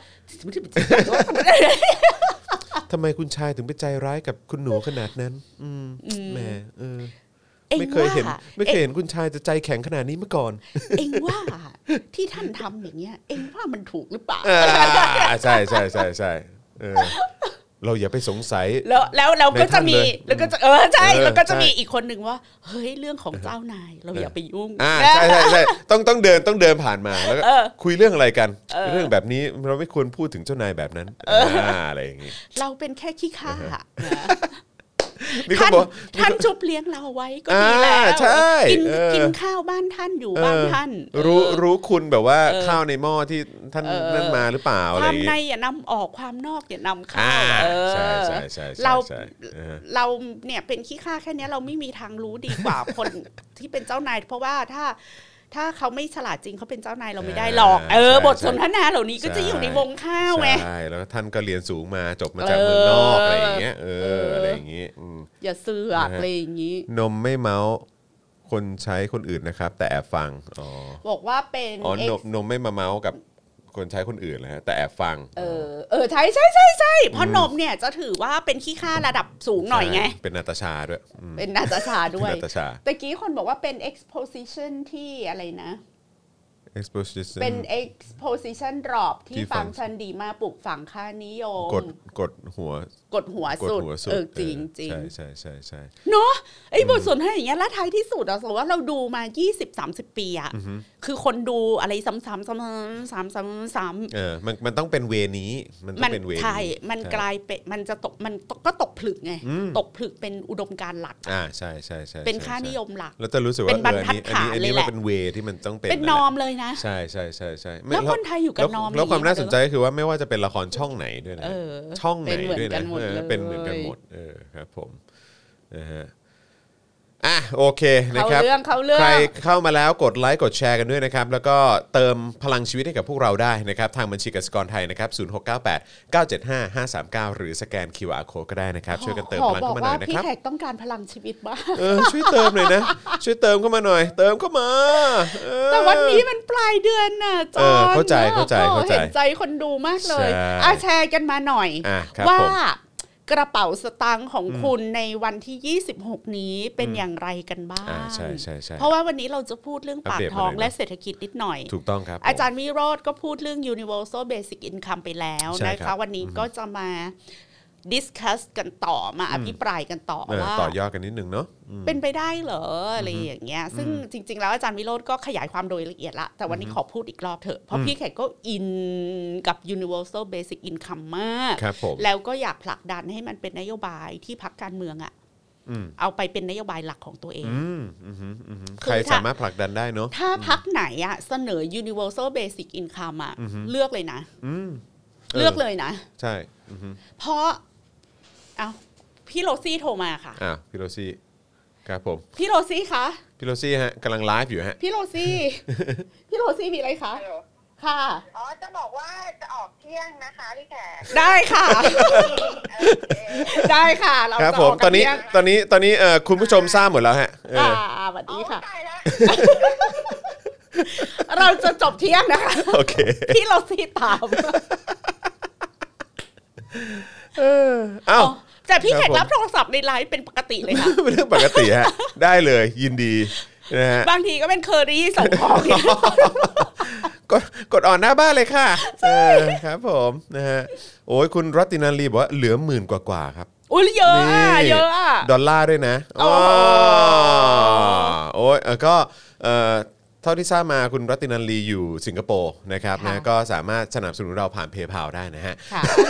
ทำไมคุณชายถึงไปใจร้ายกับคุณหนูขนาดนั้นแหมเออไม่เคยเห็นไม่เคยเห็นคุณชายจะใจแข็งขนาดนี้มาก่อนเอ็งว่าที่ท่านทำอย่างเงี้ยเอ็งว่ามันถูกหรือเปล่าใช่ใช่ใช่ใช่เออเราอย่าไปสงสัยแล้วแล้วเราก็จะมีแล้วก็จะเออใช่แล้วก็จะมีอีกคนหนึ่งว่าเฮ้ยเรื่องของเจ้านายเราอย่าไปยุ่งอ่าใช่ใช่ใช่ต้องต้องเดินต้องเดินผ่านมาแล้วก็คุยเรื่องอะไรกันเรื่องแบบนี้เราไม่ควรพูดถึงเจ้านายแบบนั้นอะไรอย่างงี้เราเป็นแค่ขี้ข้าท่านท่านชุบเลี้ยงเราไว้ก็ดีแล้วกินกินข้าวบ้านท่านอยู่บ้านท่านรู้รู้คุณแบบว่าข้าวในหม้อที่ท่านนั่นมาหรือเปล่าอะไรความในอย่านำออกความนอกอย่านำเข้าใช่ใช่ใช่เราเราเนี่ยเป็นขี้ข้าแค่นี้เราไม่มีทางรู้ดีกว่าคนที่เป็นเจ้านายเพราะว่าถ้าถ้าเขาไม่ฉลาดจริงเขาเป็นเจ้านายเราไม่ได้หรอกเออบทสนทนาเหล่านี้ก็จะอยู่ในวงข้าวไงใช่แล้วท่านก็เรียนสูงมาจบมาจากเมืองนอกอะไรอย่างเงี้ยเอออะไรอย่างงี้อย่าเสือกอะไรอย่างงี้นมไม่เมาคนใช้คนอื่นนะครับแต่แอบฟังอ๋อบอกว่าเป็นอ๋อนมนมไม่มาเมากับคนใช้คนอื่นนะฮะแต่แอบฟังเออเออใช่ใช่ใช่ใช่เพราะนมเนี่ยจะถือว่าเป็นขี้ข้าระดับสูงหน่อยไงเป็นนาตาชาด้วยเป็นนาตาชาด้วยตะกี้คนบอกว่าเป็น exposition ที่อะไรนะ exposition เป็น exposition drop ที่ฟังก์ชันดีมากปลูกฝังค่านิยมกดกดหัวกดหัวสุดเออจริงจริงใช่ใช่ใช่ใช่เนาะไอ้บทสนทนาอย่างเงี้ยแล้วท้ายที่สุดเราสมมติว่าเราดูมา ยี่สิบสามสิบ ปีอ่ะคือคนดูอะไรซ้ำๆซ้ำๆซ้ำๆซ้ำๆเออมันมันต้องเป็นเวนี้มันต้องเป็นเวนี้ใช่มันกลายเป็นมันจะตกมันก็ตกผลึกไงตกผลึกเป็นอุดมการณ์หลักอ่าใช่ใช่ใช่เป็นค่านิยมหลักแล้วจะรู้สึกว่าอันนี้อันนี้มันเป็นเวที่มันต้องเป็นเป็นนอมเลยนะใช่ใช่ใช่ใช่แล้วคนไทยอยู่กับนอมแล้วความน่าสนใจคือว่าไม่ว่าจะเป็นละครช่องไหนด้วยนะช่องไหนด้วยนะเป็นเหมือนกันหมดเออครับผมนะฮะอ่ะโอเคนะครับใครเข้ามาแล้วกดไลค์กดแชร์กันด้วยนะครับแล้วก็เติมพลังชีวิตให้กับพวกเราได้นะครับทางบัญชีกสิกรไทยนะครับศูนย์ หก เก้า แปด เก้า เจ็ด ห้า ห้า สาม เก้าหรือสแกน คิว อาร์ Code ก็ได้นะครับช่วยกันเติมพลังเข้ามาหน่อยนะครับพี่แขกต้องการพลังชีวิตบ้างเออช่วยเติมหน่อยนะช่วยเติมเข้ามาหน่อยเติมเข้ามาแต่วันนี้มันปลายเดือนน่ะจอนเข้าใจเข้าใจเข้าใจเห็นใจคนดูมากเลยอ่ะแชร์กันมาหน่อยว่ากระเป๋าสตางค์ของคุณในวันที่ยี่สิบหกนี้เป็นอย่างไรกันบ้างใช่ใช่ใช่เพราะว่าวันนี้เราจะพูดเรื่องปากท้องและเศรษฐกิจนิดหน่อยถูกต้องครับอาจารย์วิโรจน์ก็พูดเรื่อง universal basic income ไปแล้วนะคะวันนี้ก็จะมาดิสคัสกันต่อมาอภิปรายกันต่อว่าต่อยอดกันนิดนึงเนาะเป็นไปได้เหรออะไรอย่างเงี้ยซึ่งจริงๆแล้วอาจารย์วิโรจน์ก็ขยายความโดยละเอียดละแต่วันนี้ขอพูดอีกรอบเถอะเพราะพี่แขกก็อินกับ universal basic income มากแล้วก็อยากผลักดันให้มันเป็นนโยบายที่พรรคการเมืองอ่ะเอาไปเป็นนโยบายหลักของตัวเองใครสามารถผลักดันได้เนาะถ้าพรรคไหนอ่ะเสนอ universal basic income อ่ะเลือกเลยนะเลือกเลยนะใช่เพราะอ้าวพี่โรซี่โทรมาค่ะอ้าวพี่โรซี่ครับผมพี่โรซี่คะพี่โรซี่ฮะกำลังไลฟ์อยู่ฮะพี่โรซี่พี่โรซี่มีอะไรคะค่ะอ๋อจะบอกว่าจะออกเที่ยงนะคะพี่แขกได้ค่ะได้ค่ะเราครับผมตอนนี้ตอนนี้ตอนนี้เอ่อคุณผู้ชมทราบหมดแล้วฮะอ่าสวัสดีค่ะเราจะจบเที่ยงนะคะโอเคพี่โรซี่ตามเออเอ้าแต่พี่แขกรับโทรศัพท์ในไลฟ์เป็นปกติเลยค่ะเป็นเรื่องปกติฮะได้เลยยินดีนะฮะบางทีก็เป็นเคอรี่ส่งของกดกดอ่อนหน้าบ้านเลยค่ะเออครับผมนะฮะโอ้ยคุณรัตตินันลีบอกว่าเหลือหมื่นกว่าๆครับอุ้ยเยอะอ่ะเยอะอ่ะดอลลาร์ด้วยนะอ๋อโอ้ยก็เอ่อเท่าที่ทราบมาคุณรัตตินันลีอยู่สิงคโปร์นะครับนะก็สามารถสนับสนุนเราผ่าน PayPal ได้นะฮะ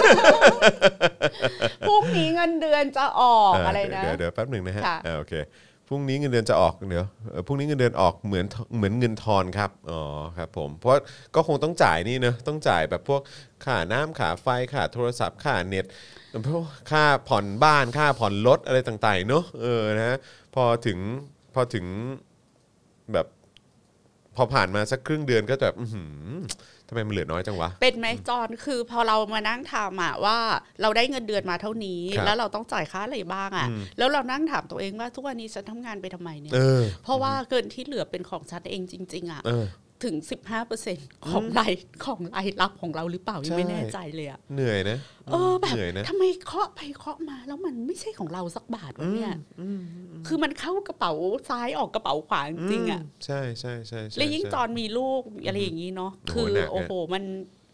พรุ่งนี้เงินเดือนจะออกอะไรนะเดี๋ยวเดี๋ยวแป๊บหนึ่งนะฮะโอเคพรุ่งนี้เงินเดือนจะออกเดี๋ยวพรุ่งนี้เงินเดือนออกเหมือนเหมือนเงินทอนครับอ๋อครับผมเพราะก็คงต้องจ่ายนี่เนอะต้องจ่ายแบบพวกค่าน้ำค่าไฟค่าโทรศัพท์ค่าเน็ตพวกค่าผ่อนบ้านค่าผ่อนรถอะไรต่างๆเนอะเออนะพอถึงพอถึงแบบพอผ่านมาสักครึ่งเดือนก็แบบทำไมมันเหลือน้อยจังวะเป็นไหมจอนคือพอเรามานั่งถามอะว่าเราได้เงินเดือนมาเท่านี้แล้วเราต้องจ่ายค่าอะไรบ้างอะแล้วเรานั่งถามตัวเองว่าทุกวันนี้ฉันทำงานไปทำไมเนี่ยเพราะว่าเกินที่เหลือเป็นของฉันเองจริงๆอะถึง สิบห้าเปอร์เซ็นต์ ของรายของรายรับของเราหรือเปล่ายังไม่แน่ใจเลยอะเหนื่อยนะเออแบบทำไมเคาะไปเคาะมาแล้วมันไม่ใช่ของเราสักบาทวะเนี่ยคือมันเข้ากระเป๋าซ้ายออกกระเป๋าขวาจริงๆอ่ะใช่ใช่ใช่แล้วยิ่งตอนมีลูกอะไรอย่างนี้เนาะคือโอ้โหมัน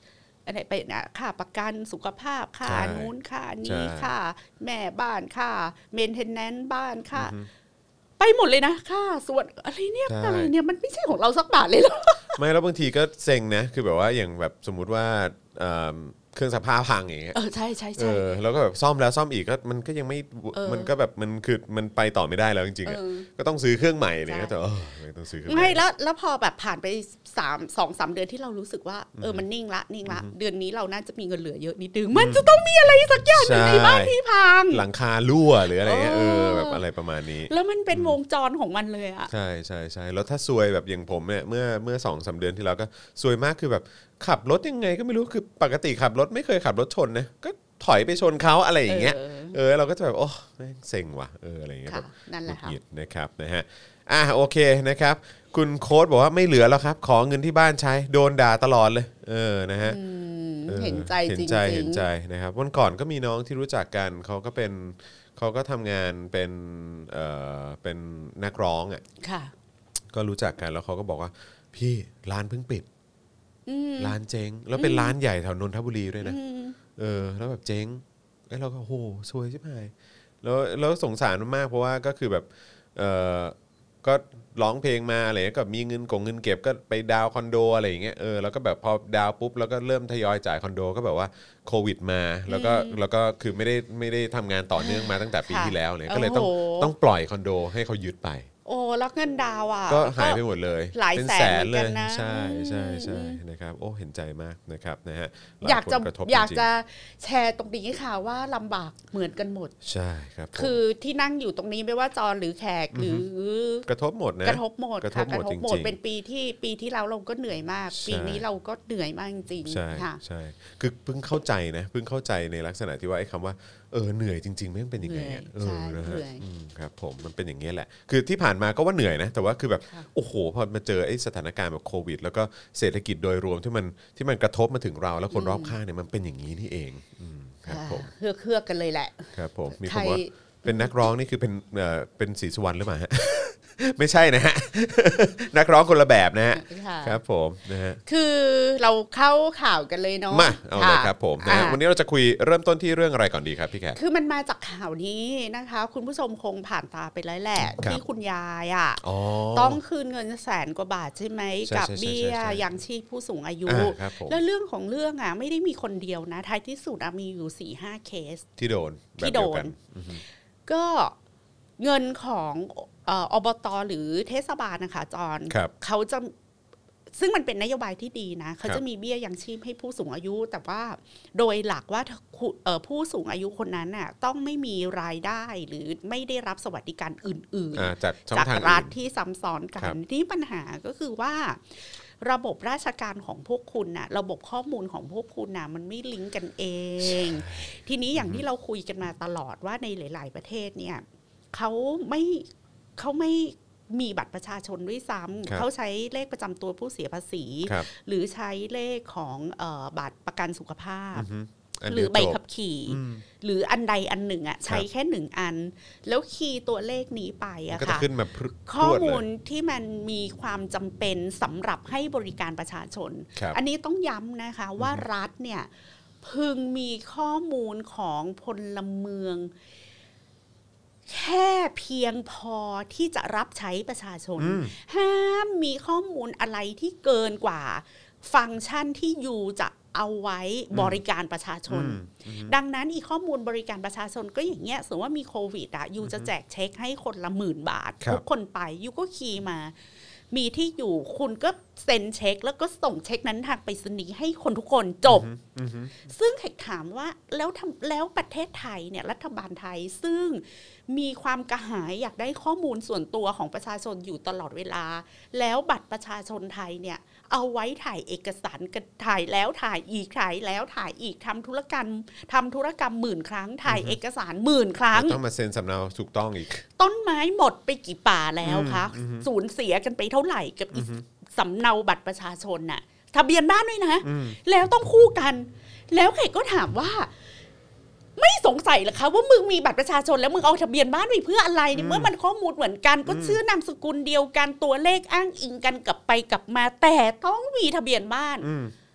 อะไรไปนะค่าประกันสุขภาพค่านู้นค่านี้ค่าแม่บ้านค่าเมนเทนแนนซ์บ้านค่าไปหมดเลยนะค่าส่วนอะไรเนี่ยอะไรเนี่ยมันไม่ใช่ของเราสักบาทเลยหรอไม่แล้วบางทีก็เซ็งนะคือแบบว่าอย่างแบบสมมุติว่าเครื่องซักผ้าพังอย่างเงี้ยเออใช่ใช่ใช่แล้วก็แบบซ่อมแล้วซ่อมอีกก็มันก็ยังไม่มันก็แบบมันคือมันไปต่อไม่ได้แล้วจริงๆอ่ะก็ต้องซื้อเครื่องใหม่เนี่ยก็จะเออไม่ต้องซื้อเครื่องไม่แล้วแล้วพอแบบผ่านไปสาม สอง สามเดือนที่เรารู้สึกว่าเออมันนิ่งละนิ่งละเดือนนี้เราน่าจะมีเงินเหลือเยอะนิดนึงมันจะต้องมีอะไรสักอย่างในบ้านที่พังหลังคารั่วหรืออะไรเงี้ยเออแบบอะไรประมาณนี้แล้วมันเป็นวงจรของมันเลยอ่ะใช่ใช่ใช่แล้วถ้าซวยแบบอย่างผมเนี่ยเมื่อเมื่อ สองสาม เดือนที่แล้วก็ซวยมากคือแบบขับรถยังไงก็ไม่รู้คือปกติขับรถไม่เคยขับรถชนนะก็ถอยไปชนเขาอะไรอย่างเงี้ยเออเราก็จะแบบโอ้เซ็งว่ะเอออะไรอย่างเงี้ยแบบนั่นแหละครับนะครับนะฮะอ่ะโอเคนะครับคุณโค้ดบอกว่าไม่เหลือแล้วครับขอเงินที่บ้านใช้โดนด่าตลอดเลยเออนะฮะเห็นใจจริงๆเห็นใจเห็นใจนะครับวันก่อนก็มีน้องที่รู้จักกันเขาก็เป็นเขาก็ทำงานเป็นเอ่อเป็นนักร้องอ่ะก็รู้จักกันแล้วเขาก็บอกว่าพี่ร้านเพิ่งปิดร้านเจ๊งแล้วเป็นร้านใหญ่แถวนนทบุรีด้วยนะเออแล้วแบบเจ๊งไอ้เราก็โหซวยใช่ไหมแล้วแล้วสงสารมากเพราะว่าก็คือแบบเออก็ร้องเพลงมาอะไรก็มีเงินกงเงินเก็บก็ไปดาวคอนโดอะไรอย่างเงี้ยเออแล้วก็แบบพอดาวปุ๊บแล้วก็เริ่มทยอยจ่ายคอนโดก็แบบว่าโควิดมาแล้วก็แล้วก็คือไม่ได้ไม่ได้ทำงานต่อเนื่องมาตั้งแต่ปีที่แล้วเนี่ยก็เลยต้องต้องปล่อยคอนโดให้เขายึดไปโอ้แล้วเงินดาวอ่ะก็หายไปหมดเลยหลายแสนเลยใช่ใช่ใช่นะครับโอ้เห็นใจมากนะครับนะฮะอยากจะอยากจะแชร์ตรงนี้ค่ะว่าลำบากเหมือนกันหมดใช่ครับคือที่นั่งอยู่ตรงนี้ไม่ว่าจอนหรือแขกหรือกระทบหมดนะกระทบหมดค่ะกระทบหมดเป็นปีที่ปีที่แล้วเราก็เหนื่อยมากปีนี้เราก็เหนื่อยมากจริงๆค่ะใช่คือเพิ่งเข้าใจนะเพิ่งเข้าใจในลักษณะที่ว่าไอ้คำว่าเออเหนื่อยจริงๆไม่เป็นยังไงเออนะฮะครับผมมันเป็นอย่างนี้แหละคือที่ผ่านมาก็ว่าเหนื่อยนะแต่ว่าคือแบบโอ้โหพอมาเจอไอ้สถานการณ์แบบโควิดแล้วก็เศรษฐกิจโดยรวมที่มันที่มันกระทบมาถึงเราแล้วคนรอบข้างเนี่ยมันเป็นอย่างนี้นี่เองครับผมเฮือกเฮือกกันเลยแหละครับผมมีคำว่าเป็นนักร้องนี่คือเป็นเอ่อเป็นศรีสุวรรณหรือเปล่าฮะไม่ใช่นะฮะนักร้องคนละแบบนะฮะครับผมนะฮะคือเราเข้าข่าวกันเลยเนาะมาเอาเลยครับผมนะวันนี้เราจะคุยเริ่มต้นที่เรื่องอะไรก่อนดีครับพี่แขกคือมันมาจากข่าวนี้นะคะคุณผู้ชมคงผ่านตาไปแล้วแหละที่คุณยายอ่ะต้องคืนเงินแสนกว่าบาทใช่ไหมกับเบี้ยยังชีพผู้สูงอายุแล้วเรื่องของเรื่องอ่ะไม่ได้มีคนเดียวนะท้ายที่สุดมีอยู่ สี่ห้า เคสที่โดนที่โดนก็เงินของอบต.หรือเทศบาลนะคะจอนเขาจะซึ่งมันเป็นนโยบายที่ดีนะเขาจะมีเบี้ยยังชีพให้ผู้สูงอายุแต่ว่าโดยหลักว่าผู้สูงอายุคนนั้นน่ะต้องไม่มีรายได้หรือไม่ได้รับสวัสดิการอื่นๆจากจากรัฐที่ซ้ำซ้อนกันที่ปัญหาก็คือว่าระบบราชการของพวกคุณน่ะระบบข้อมูลของพวกคุณน่ะมันไม่ลิงก์กันเองทีนี้อย่างที่เราคุยกันมาตลอดว่าในหลายๆประเทศเนี่ยเขาไม่เขาไม่มีบัตรประชาชนด้วยซ้ำเขาใช้เลขประจำตัวผู้เสียภาษีหรือใช้เลขของเอ่อบัตรประกันสุขภาพหรือใบขับขี่หรืออันใดอันหนึ่งอ่ะใช้แค่หนึ่งอันแล้วคีย์ตัวเลขนี้ไปอะค่ะข้อมูลที่มันมีความจำเป็นสำหรับให้บริการประชาชนอันนี้ต้องย้ำนะคะว่ารัฐเนี่ยพึงมีข้อมูลของพลเมืองแค่เพียงพอที่จะรับใช้ประชาชนห้ามมีข้อมูลอะไรที่เกินกว่าฟังก์ชันที่ยูจะเอาไว้บริการประชาชนดังนั้นอีกข้อมูลบริการประชาชนก็อย่างเงี้ยสมมติว่ามีโควิดอ่ะยูจะแจกเช็คให้คนละหมื่นบาททุกคนไปยูก็คีย์มามีที่อยู่คุณก็เซ็นเช็คแล้วก็ส่งเช็คนั้นทางไปรษณีย์ให้คนทุกคนจบซึ่งแขกถามว่าแล้วทำแล้วประเทศไทยเนี่ยรัฐบาลไทยซึ่งมีความกระหายอยากได้ข้อมูลส่วนตัวของประชาชนอยู่ตลอดเวลาแล้วบัตรประชาชนไทยเนี่ยเอาไว้ถ่ายเอกสารกันถ่ายแล้วถ่ายอีกถ่ายแล้วถ่ายอีกทำธุรกรรมทำธุรกรรมหมื่นครั้งถ่ายเอกสารหมื่นครั้งต้องมาเซ็นสำเนาถูกต้องอีกต้นไม้หมดไปกี่ป่าแล้วคะสูญเสียกันไปเท่าไหร่กับสำเนาบัตรประชาชนน่ะทะเบียนบ้านด้วยนะแล้วต้องคู่กันแล้วใครก็ถามว่าไม่สงสัยเหรอคะว่ามึงมีบัตรประชาชนแล้วมึงเอาทะเบียนบ้านไปเพื่ออะไรเนี่ยเมื่อมันข้อมูลเหมือนกันก็ชื่อนามสกุลเดียวกันตัวเลขอ้างอิงกันกลับไปกลับมาแต่ต้องมีทะเบียนบ้าน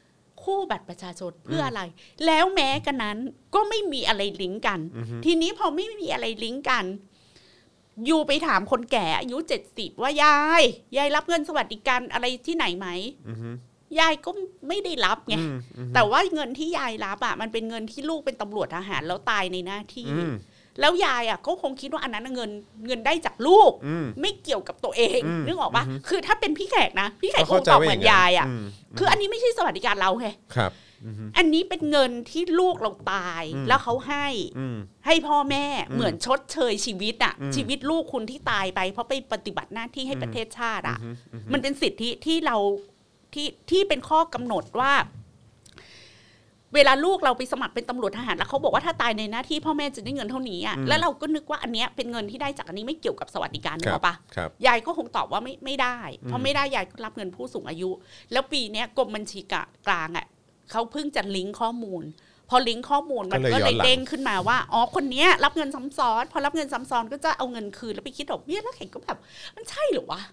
คู่บัตรประชาชนเพื่ออะไรแล้วแม้กันนั้นก็ไม่มีอะไรลิงก์กันทีนี้พอไม่มีอะไรลิงก์กันอยู่ไปถามคนแก่อายุเจ็ดสิบว่ายายยายรับเงินสวัสดิการอะไรที่ไหนไหมยายก็ไม่ได้รับไงแต่ว่าเงินที่ยายรับอ่ะมันเป็นเงินที่ลูกเป็นตำรวจทหารแล้วตายในหน้าที่แล้วยายอ่ะก็คงคิดว่าอันนั้นเงินเงินได้จากลูกไม่เกี่ยวกับตัวเองนึกออกปะคือถ้าเป็นพี่แขกนะพี่แขกคงตอบเหมือนยายอ่ะคืออันนี้ไม่ใช่สวัสดิการเราไงครับอันนี้เป็นเงินที่ลูกเราตายแล้วเขาให้ให้พ่อแม่เหมือนชดเชยชีวิตอ่ะชีวิตลูกคุณที่ตายไปเพราะไปปฏิบัติหน้าที่ให้ประเทศชาติอ่ะมันเป็นสิทธิที่เราที่ที่เป็นข้อกำหนดว่าเวลาลูกเราไปสมัครเป็นตำรวจทหารแล้วเขาบอกว่าถ้าตายในหน้าที่พ่อแม่จะได้เงินเท่านี้อ่ะแล้วเราก็นึกว่าอันเนี้ยเป็นเงินที่ได้จากอันนี้ไม่เกี่ยวกับสวัสดิการหรอปะยายก็คงตอบว่าไม่ไม่ได้เพราะไม่ได้ยายก็รับเงินผู้สูงอายุแล้วปีนี้กรมบัญชีกลางอ่ะเขาเพิ่งจะลิงก์ข้อมูลพอลิงก์ข้อมูลมันก็เลยเด้งขึ้นมาว่าอ๋อคนนี้รับเงินซ้ำซ้อนพอรับเงินซ้ำซ้อนก็จะเอาเงินคืนแล้วไปคิดดอกเบี้ยแล้วเห็นก็แบบมันใช่หรอวะ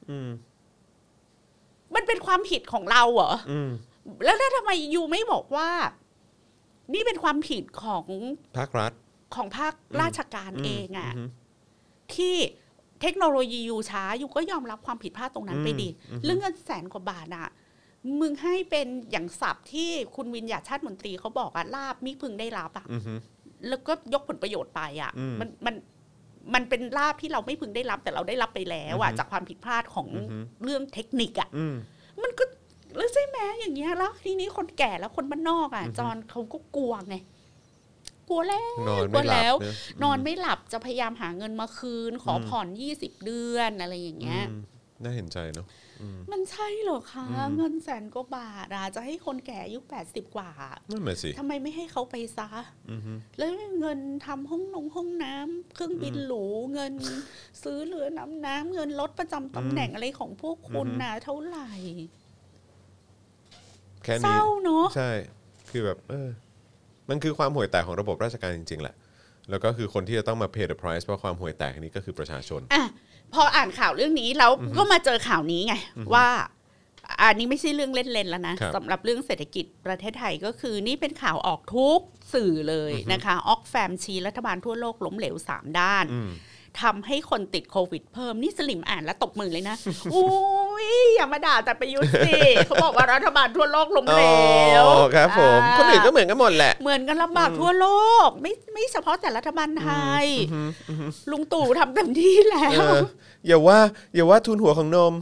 มันเป็นความผิดของเราเหรอแล้วทำไมยูไม่บอกว่านี่เป็นความผิดของภาครัฐของภาคราชการเองอ่ะที่เทคโนโลยียูช้ายูก็ยอมรับความผิดพลาดตรงนั้นไปดิเรื่องเงินแสนกว่าบาทอ่ะมึงให้เป็นอย่างศัพท์ที่คุณวิญญาชาติมนตรีเขาบอกอ่ะลาบมิพึงได้รับอ่ะแล้วก็ยกผลประโยชน์ไปอ่ะมันมันมันเป็นลาบที่เราไม่พึงได้รับแต่เราได้รับไปแล้วอ่ะจากความผิดพลาดของเรื่องเทคนิคอ่ะมันก็แล้วใช่ไหมอย่างเงี้ยแล้วทีนี้คนแก่แล้วคนบ้านนอกอ่ะจอนเขาก็กลัวไงกลัวแล้วกลัวแล้วนอนไม่หลับจะพยายามหาเงินมาคืนขอผ่อนยี่สิบเดือนอะไรอย่างเงี้ยน่าเห็นใจเนาะมันใช่เหรอคะเงินแสนกว่าบาทจะให้คนแก่อายุแปดสิบกว่านั่นแหละสิทำไมไม่ให้เขาไปซะแล้วเงินทำห้องนงห้องน้ำเครื่องบินหรูเงินซื้อเรือน้ำน้ำเงินรถประจำตำแหน่งอะไรของพวกคุณน่ะเท่าไหร่แค่นี้เศร้าเนาะใช่คือแบบเออมันคือความห่วยแตกของระบบราชการจริงๆแหละแล้วก็คือคนที่จะต้องมา pay the price เพราะความห่วยแตกนี้ก็คือประชาชนอ่ะพออ่านข่าวเรื่องนี้แล้วก็มาเจอข่าวนี้ไงว่าอันนี้ไม่ใช่เรื่องเล่นๆแล้วนะสำหรับเรื่องเศรษฐกิจประเทศไทยก็คือนี่เป็นข่าวออกทุกสื่อเลยนะคะออกแฟมชี้รัฐบาลทั่วโลกล้มเหลวสามด้านทำให้คนติดโควิดเพิ่มนี่สลิมอ่านแล้วตบมือเลยนะอุ้ยอย่ามาด่าแต่ประยุทธ์สิเขาบอกว่ารัฐบาลทั่วโลกล้มเหลวครับผมคนอื่นก็เหมือนกันหมดแหละเหมือนกันลำบากทั่วโลกไม่ไม่เฉพาะแต่รัฐบาลไทยลุงตู่ทำเต็มที่แล้วอย่าว่าอย่าว่าทุนหัวของนม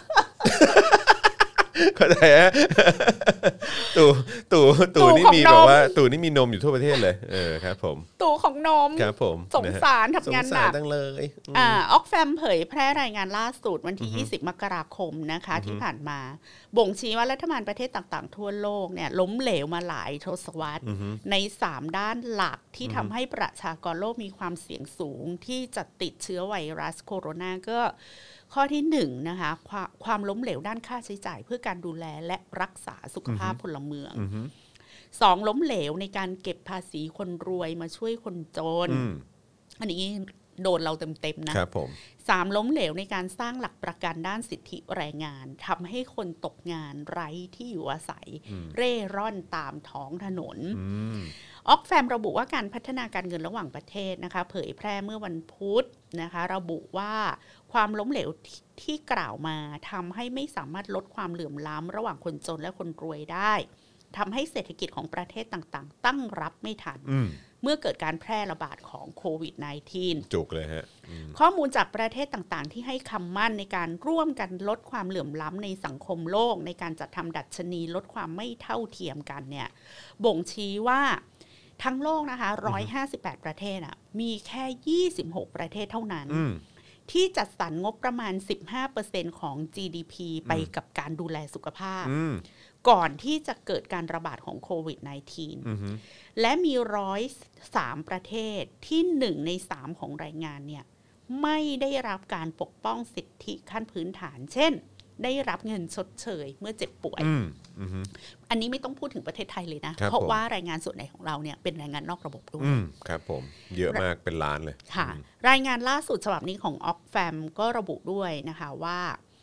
เข้าใจฮะตู่ตู่ตู่นี่มีแบบว่าตู่นี่มีนมอยู่ทั่วประเทศเลยเออครับผมตู่ของนมครับผมสงสารทำงานหนักตั้งเลยอ่าออกแฟมเผยแพร่รายงานล่าสุดวันที่ยี่สิบมกราคมนะคะที่ผ่านมาบ่งชี้ว่ารัฐบาลประเทศต่างๆทั่วโลกเนี่ยล้มเหลวมาหลายทศวรรษในสามด้านหลักที่ทำให้ประชากรโลกมีความเสี่ยงสูงที่จะติดเชื้อไวรัสโคโรนาก็ข้อที่หนึ่งนะคะความความล้มเหลวด้านค่าใช้จ่ายเพื่อการดูแลและรักษาสุขภาพพลเมืองสองล้มเหลวในการเก็บภาษีคนรวยมาช่วยคนจนอันนี้โดนเราเต็มๆนะครับผมสามล้มเหลวในการสร้างหลักประกันด้านสิทธิแรงงานทำให้คนตกงานไร้ที่อยู่อาศัยเร่ร่อนตามท้องถนนออกแฟมระบุว่าการพัฒนาการเงินระหว่างประเทศนะคะเผยแพร่เมื่อวันพุธนะคะระบุว่าความล้มเหลวที่กล่าวมาทำให้ไม่สามารถลดความเหลื่อมล้ำระหว่างคนจนและคนรวยได้ทำให้เศรษฐกิจของประเทศต่างๆตั้งรับไม่ทันเมื่อเกิดการแพร่ระบาดของโควิด สิบเก้าจุกเลยฮะข้อมูลจากประเทศต่างๆที่ให้คำมั่นในการร่วมกันลดความเหลื่อมล้ำในสังคมโลกในการจัดทำดัชนีลดความไม่เท่าเทียมกันเนี่ยบ่งชี้ว่าทั้งโลกนะคะหนึ่งร้อยห้าสิบแปดประเทศอ่ะมีแค่ยี่สิบหกประเทศเท่านั้นที่จัดสรรงบประมาณ สิบห้าเปอร์เซ็นต์ ของ จี ดี พี ไปกับการดูแลสุขภาพก่อนที่จะเกิดการระบาดของโควิด สิบเก้า และมีหนึ่งร้อยสามประเทศที่หนึ่งในสามของรายงานเนี่ยไม่ได้รับการปกป้องสิทธิขั้นพื้นฐานเช่นได้รับเงินชดเชยเมื่อเจ็บป่วย อ, อันนี้ไม่ต้องพูดถึงประเทศไทยเลยนะเพราะว่ารายงานส่วนไหนของเราเนี่ยเป็นรายงานนอกระบบด้วยครับผมเยอะมากเป็นล้านเลยค่ะรายงานล่าสุดฉบับนี้ของ Oxfam ก็ระบุด้วยนะคะว่า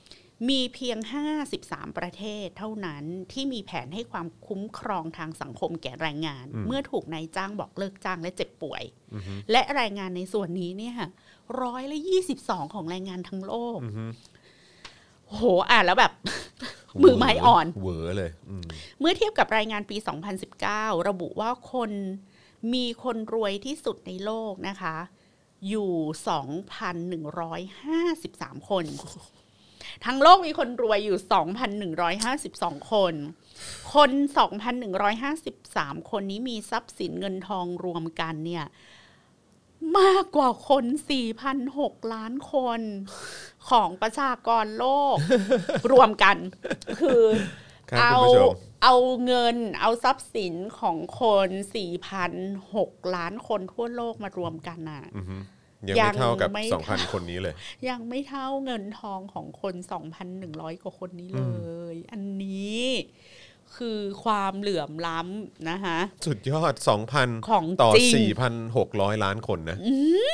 มีเพียงห้าสิบสามประเทศเท่านั้นที่มีแผนให้ความคุ้มครองทางสังคมแก่แรงงานเมื่อถูกนายจ้างบอกเลิกจ้างและเจ็บป่วยและแรงงานในส่วนนี้เนี่ยร้อยละยี่สิบสองของแรงงานทั้งโลกโหอ่านแล้วแบบมือไม้อ่อนเหวอเลยเมื่อเทียบกับรายงานปีสองพันสิบเก้าระบุว่าคนมีคนรวยที่สุดในโลกนะคะอยู่ สองพันหนึ่งร้อยห้าสิบสาม คนทั้งโลกมีคนรวยอยู่ สองพันหนึ่งร้อยห้าสิบสอง คนคน สองพันหนึ่งร้อยห้าสิบสาม คนนี้มีทรัพย์สินเงินทองรวมกันเนี่ยมากกว่าคน สี่พันหก ล้านคนของประชากรโลก รวมกันคือเอาเอาเงินเอาทรัพย์สินของคน สี่พันหก ล้านคนทั่วโลกมารวมกันน่ะยังไม่เท่ากับ สองพัน คนนี้เลยยังไม่เท่าเงินทองของคน สองพันหนึ่งร้อย กว่าคนนี้เลยอันนี้คือความเหลื่อมล้ำนะคะสุดยอด สองพัน ต่อ สี่พันหกร้อย ล้านคนนะ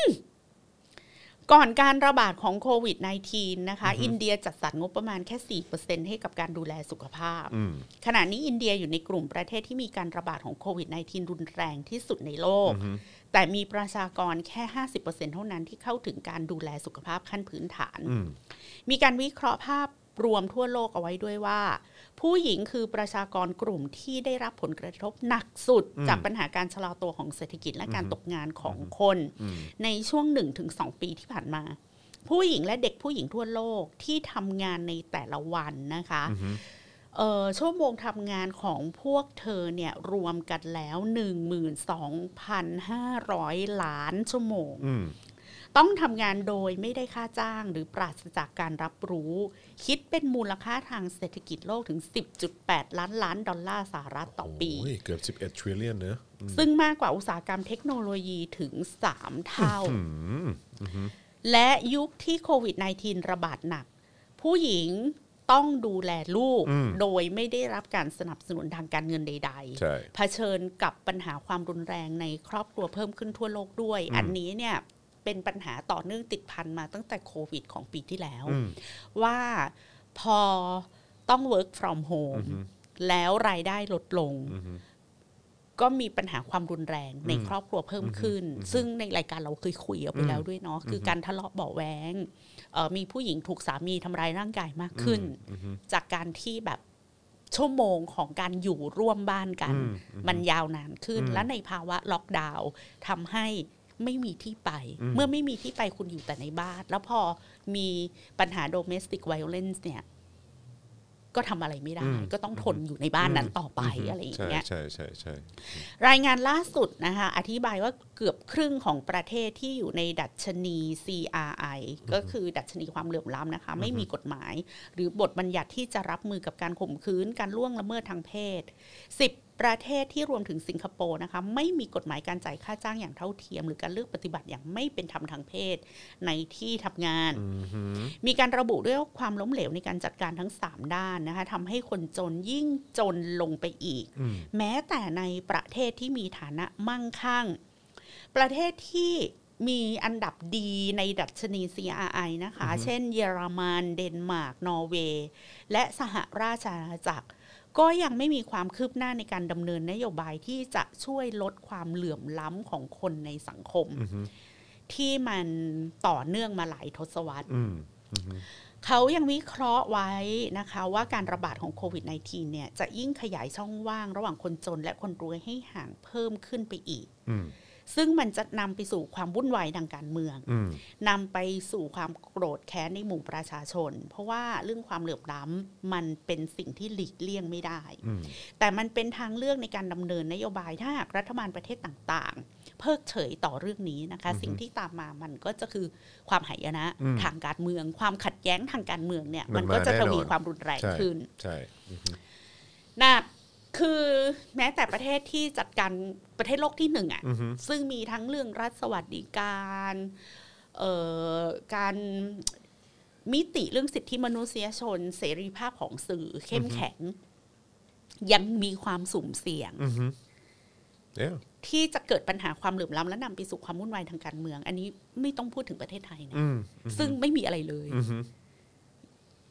ก่อนการระบาดของโควิด สิบเก้า นะคะอินเดียจัดสรรงบประมาณแค่ สี่เปอร์เซ็นต์ ให้กับการดูแลสุขภาพขณะนี้อินเดียอยู่ในกลุ่มประเทศที่มีการระบาดของโควิด สิบเก้า รุนแรงที่สุดในโลกแต่มีประชากรแค่ ห้าสิบเปอร์เซ็นต์ เท่านั้นที่เข้าถึงการดูแลสุขภาพขั้นพื้นฐานมีการวิเคราะห์ภาพรวมทั่วโลกเอาไว้ด้วยว่าผู้หญิงคือประชากรกลุ่มที่ได้รับผลกระทบหนักสุดจากปัญหาการชะลอตัวของเศรษฐกิจและการตกงานของคนในช่วง หนึ่งถึงสอง ปีที่ผ่านมาผู้หญิงและเด็กผู้หญิงทั่วโลกที่ทำงานในแต่ละวันนะคะเอ่อชั่วโมงทำงานของพวกเธอเนี่ยรวมกันแล้ว หนึ่งหมื่นสองพันห้าร้อย ล้านชั่วโมงต้องทำงานโดยไม่ได้ค่าจ้างหรือปราศจากการรับรู้คิดเป็นมูลค่าทางเศรษฐกิจโลกถึง สิบจุดแปด ล้านล้านดอลลาร์สหรัฐต่อปีโอ้ยเกือบ สิบเอ็ด trillion เนอะซึ่งมากกว่าอุตสาหกรรมเทคโนโลยีถึงสามเท่าและยุคที่โควิด สิบเก้า ระบาดหนักผู้หญิงต้องดูแลลูกโดยไม่ได้รับการสนับสนุนทางการเงินใดๆเผชิญกับปัญหาความรุนแรงในครอบครัวเพิ่มขึ้นทั่วโลกด้วยอันนี้เนี่ยเป็นปัญหาต่อเนื่องติดพันมาตั้งแต่โควิดของปีที่แล้วว่าพอต้อง work from home แล้วรายได้ลดลงก็มีปัญหาความรุนแรงในครอบครัวเพิ่มขึ้นซึ่งในรายการเราเคยคุยเอาไปแล้วด้วยเนาะคือการทะเลาะเบาะแว้งมีผู้หญิงถูกสามีทำร้ายร่างกายมากขึ้นจากการที่แบบชั่วโมงของการอยู่ร่วมบ้านกันมันยาวนานขึ้นและในภาวะล็อกดาวน์ทำให้ไม่มีที่ไปเมื่อไม่มีที่ไปคุณอยู่แต่ในบ้านแล้วพอมีปัญหา domestic violence เนี่ยก็ทำอะไรไม่ได้ก็ต้องทนอยู่ในบ้านนั้นต่อไปอะไรอย่างเงี้ยใช่ใช่ใช่รายงานล่าสุดนะคะอธิบายว่าเกือบครึ่งของประเทศที่อยู่ในดัชนี ซี อาร์ ไอ ก็คือดัชนีความเหลื่อมล้ำนะคะไม่มีกฎหมายหรือบทบัญญัติที่จะรับมือกับการข่มขืนการล่วงละเมิดทางเพศสิบประเทศที่รวมถึงสิงคโปร์นะคะไม่มีกฎหมายการจ่ายค่าจ้างอย่างเท่าเทียมหรือการเลือกปฏิบัติอย่างไม่เป็นธรรมทางเพศในที่ทำงาน mm-hmm. มีการระบุด้วยว่าความล้มเหลวในการจัดการทั้งสามด้านนะคะทำให้คนจนยิ่งจนลงไปอีก mm. แม้แต่ในประเทศที่มีฐานะมั่งคั่งประเทศที่มีอันดับดีในดัชนี ซี อาร์ ไอ นะคะ mm-hmm. เช่นเยอรมันเดนมาร์กนอร์เวย์และสหราชอาณาจักรก็ยังไม่มีความคืบหน้าในการดำเนินนโยบายที่จะช่วยลดความเหลื่อมล้ำของคนในสังคม mm-hmm. ที่มันต่อเนื่องมาหลายทศวรรษ mm-hmm. เขายังวิเคราะห์ไว้นะคะว่าการระบาดของโควิด สิบเก้า เนี่ยจะยิ่งขยายช่องว่างระหว่างคนจนและคนรวยให้ห่างเพิ่มขึ้นไปอีก mm-hmm. ซึ่งมันจะนำไปสู่ความวุ่นวายทางการเมืองนำไปสู่ความโกรธแค้นในหมู่ประชาชนเพราะว่าเรื่องความเหลื่อมล้ำมันเป็นสิ่งที่หลีกเลี่ยงไม่ได้แต่มันเป็นทางเลือกในการดำเนินนโยบายถ้าหากรัฐบาลประเทศต่างๆเพิกเฉยต่อเรื่องนี้นะคะสิ่งที่ตามมามันก็จะคือความหายนะทางการเมืองความขัดแย้งทางการเมืองเนี่ยมันก็จะทวีความรุนแรงขึ้นใช่นะคือแม้แต่ประเทศที่จัดการประเทศโลกที่หนึ่งอ่ะ uh-huh. ซึ่งมีทั้งเรื่องรัฐสวัสดิการเอ่อการมิติเรื่องสิทธิมนุษยชนเสรีภาพของสื่อเข้มแข็ง uh-huh. ยังมีความสุ่มเสี่ยง uh-huh. yeah. ที่จะเกิดปัญหาความเหลื่อมล้ำและนำไปสู่ความวุ่นวายทางการเมืองอันนี้ไม่ต้องพูดถึงประเทศไทยนะ uh-huh. ซึ่งไม่มีอะไรเลย uh-huh.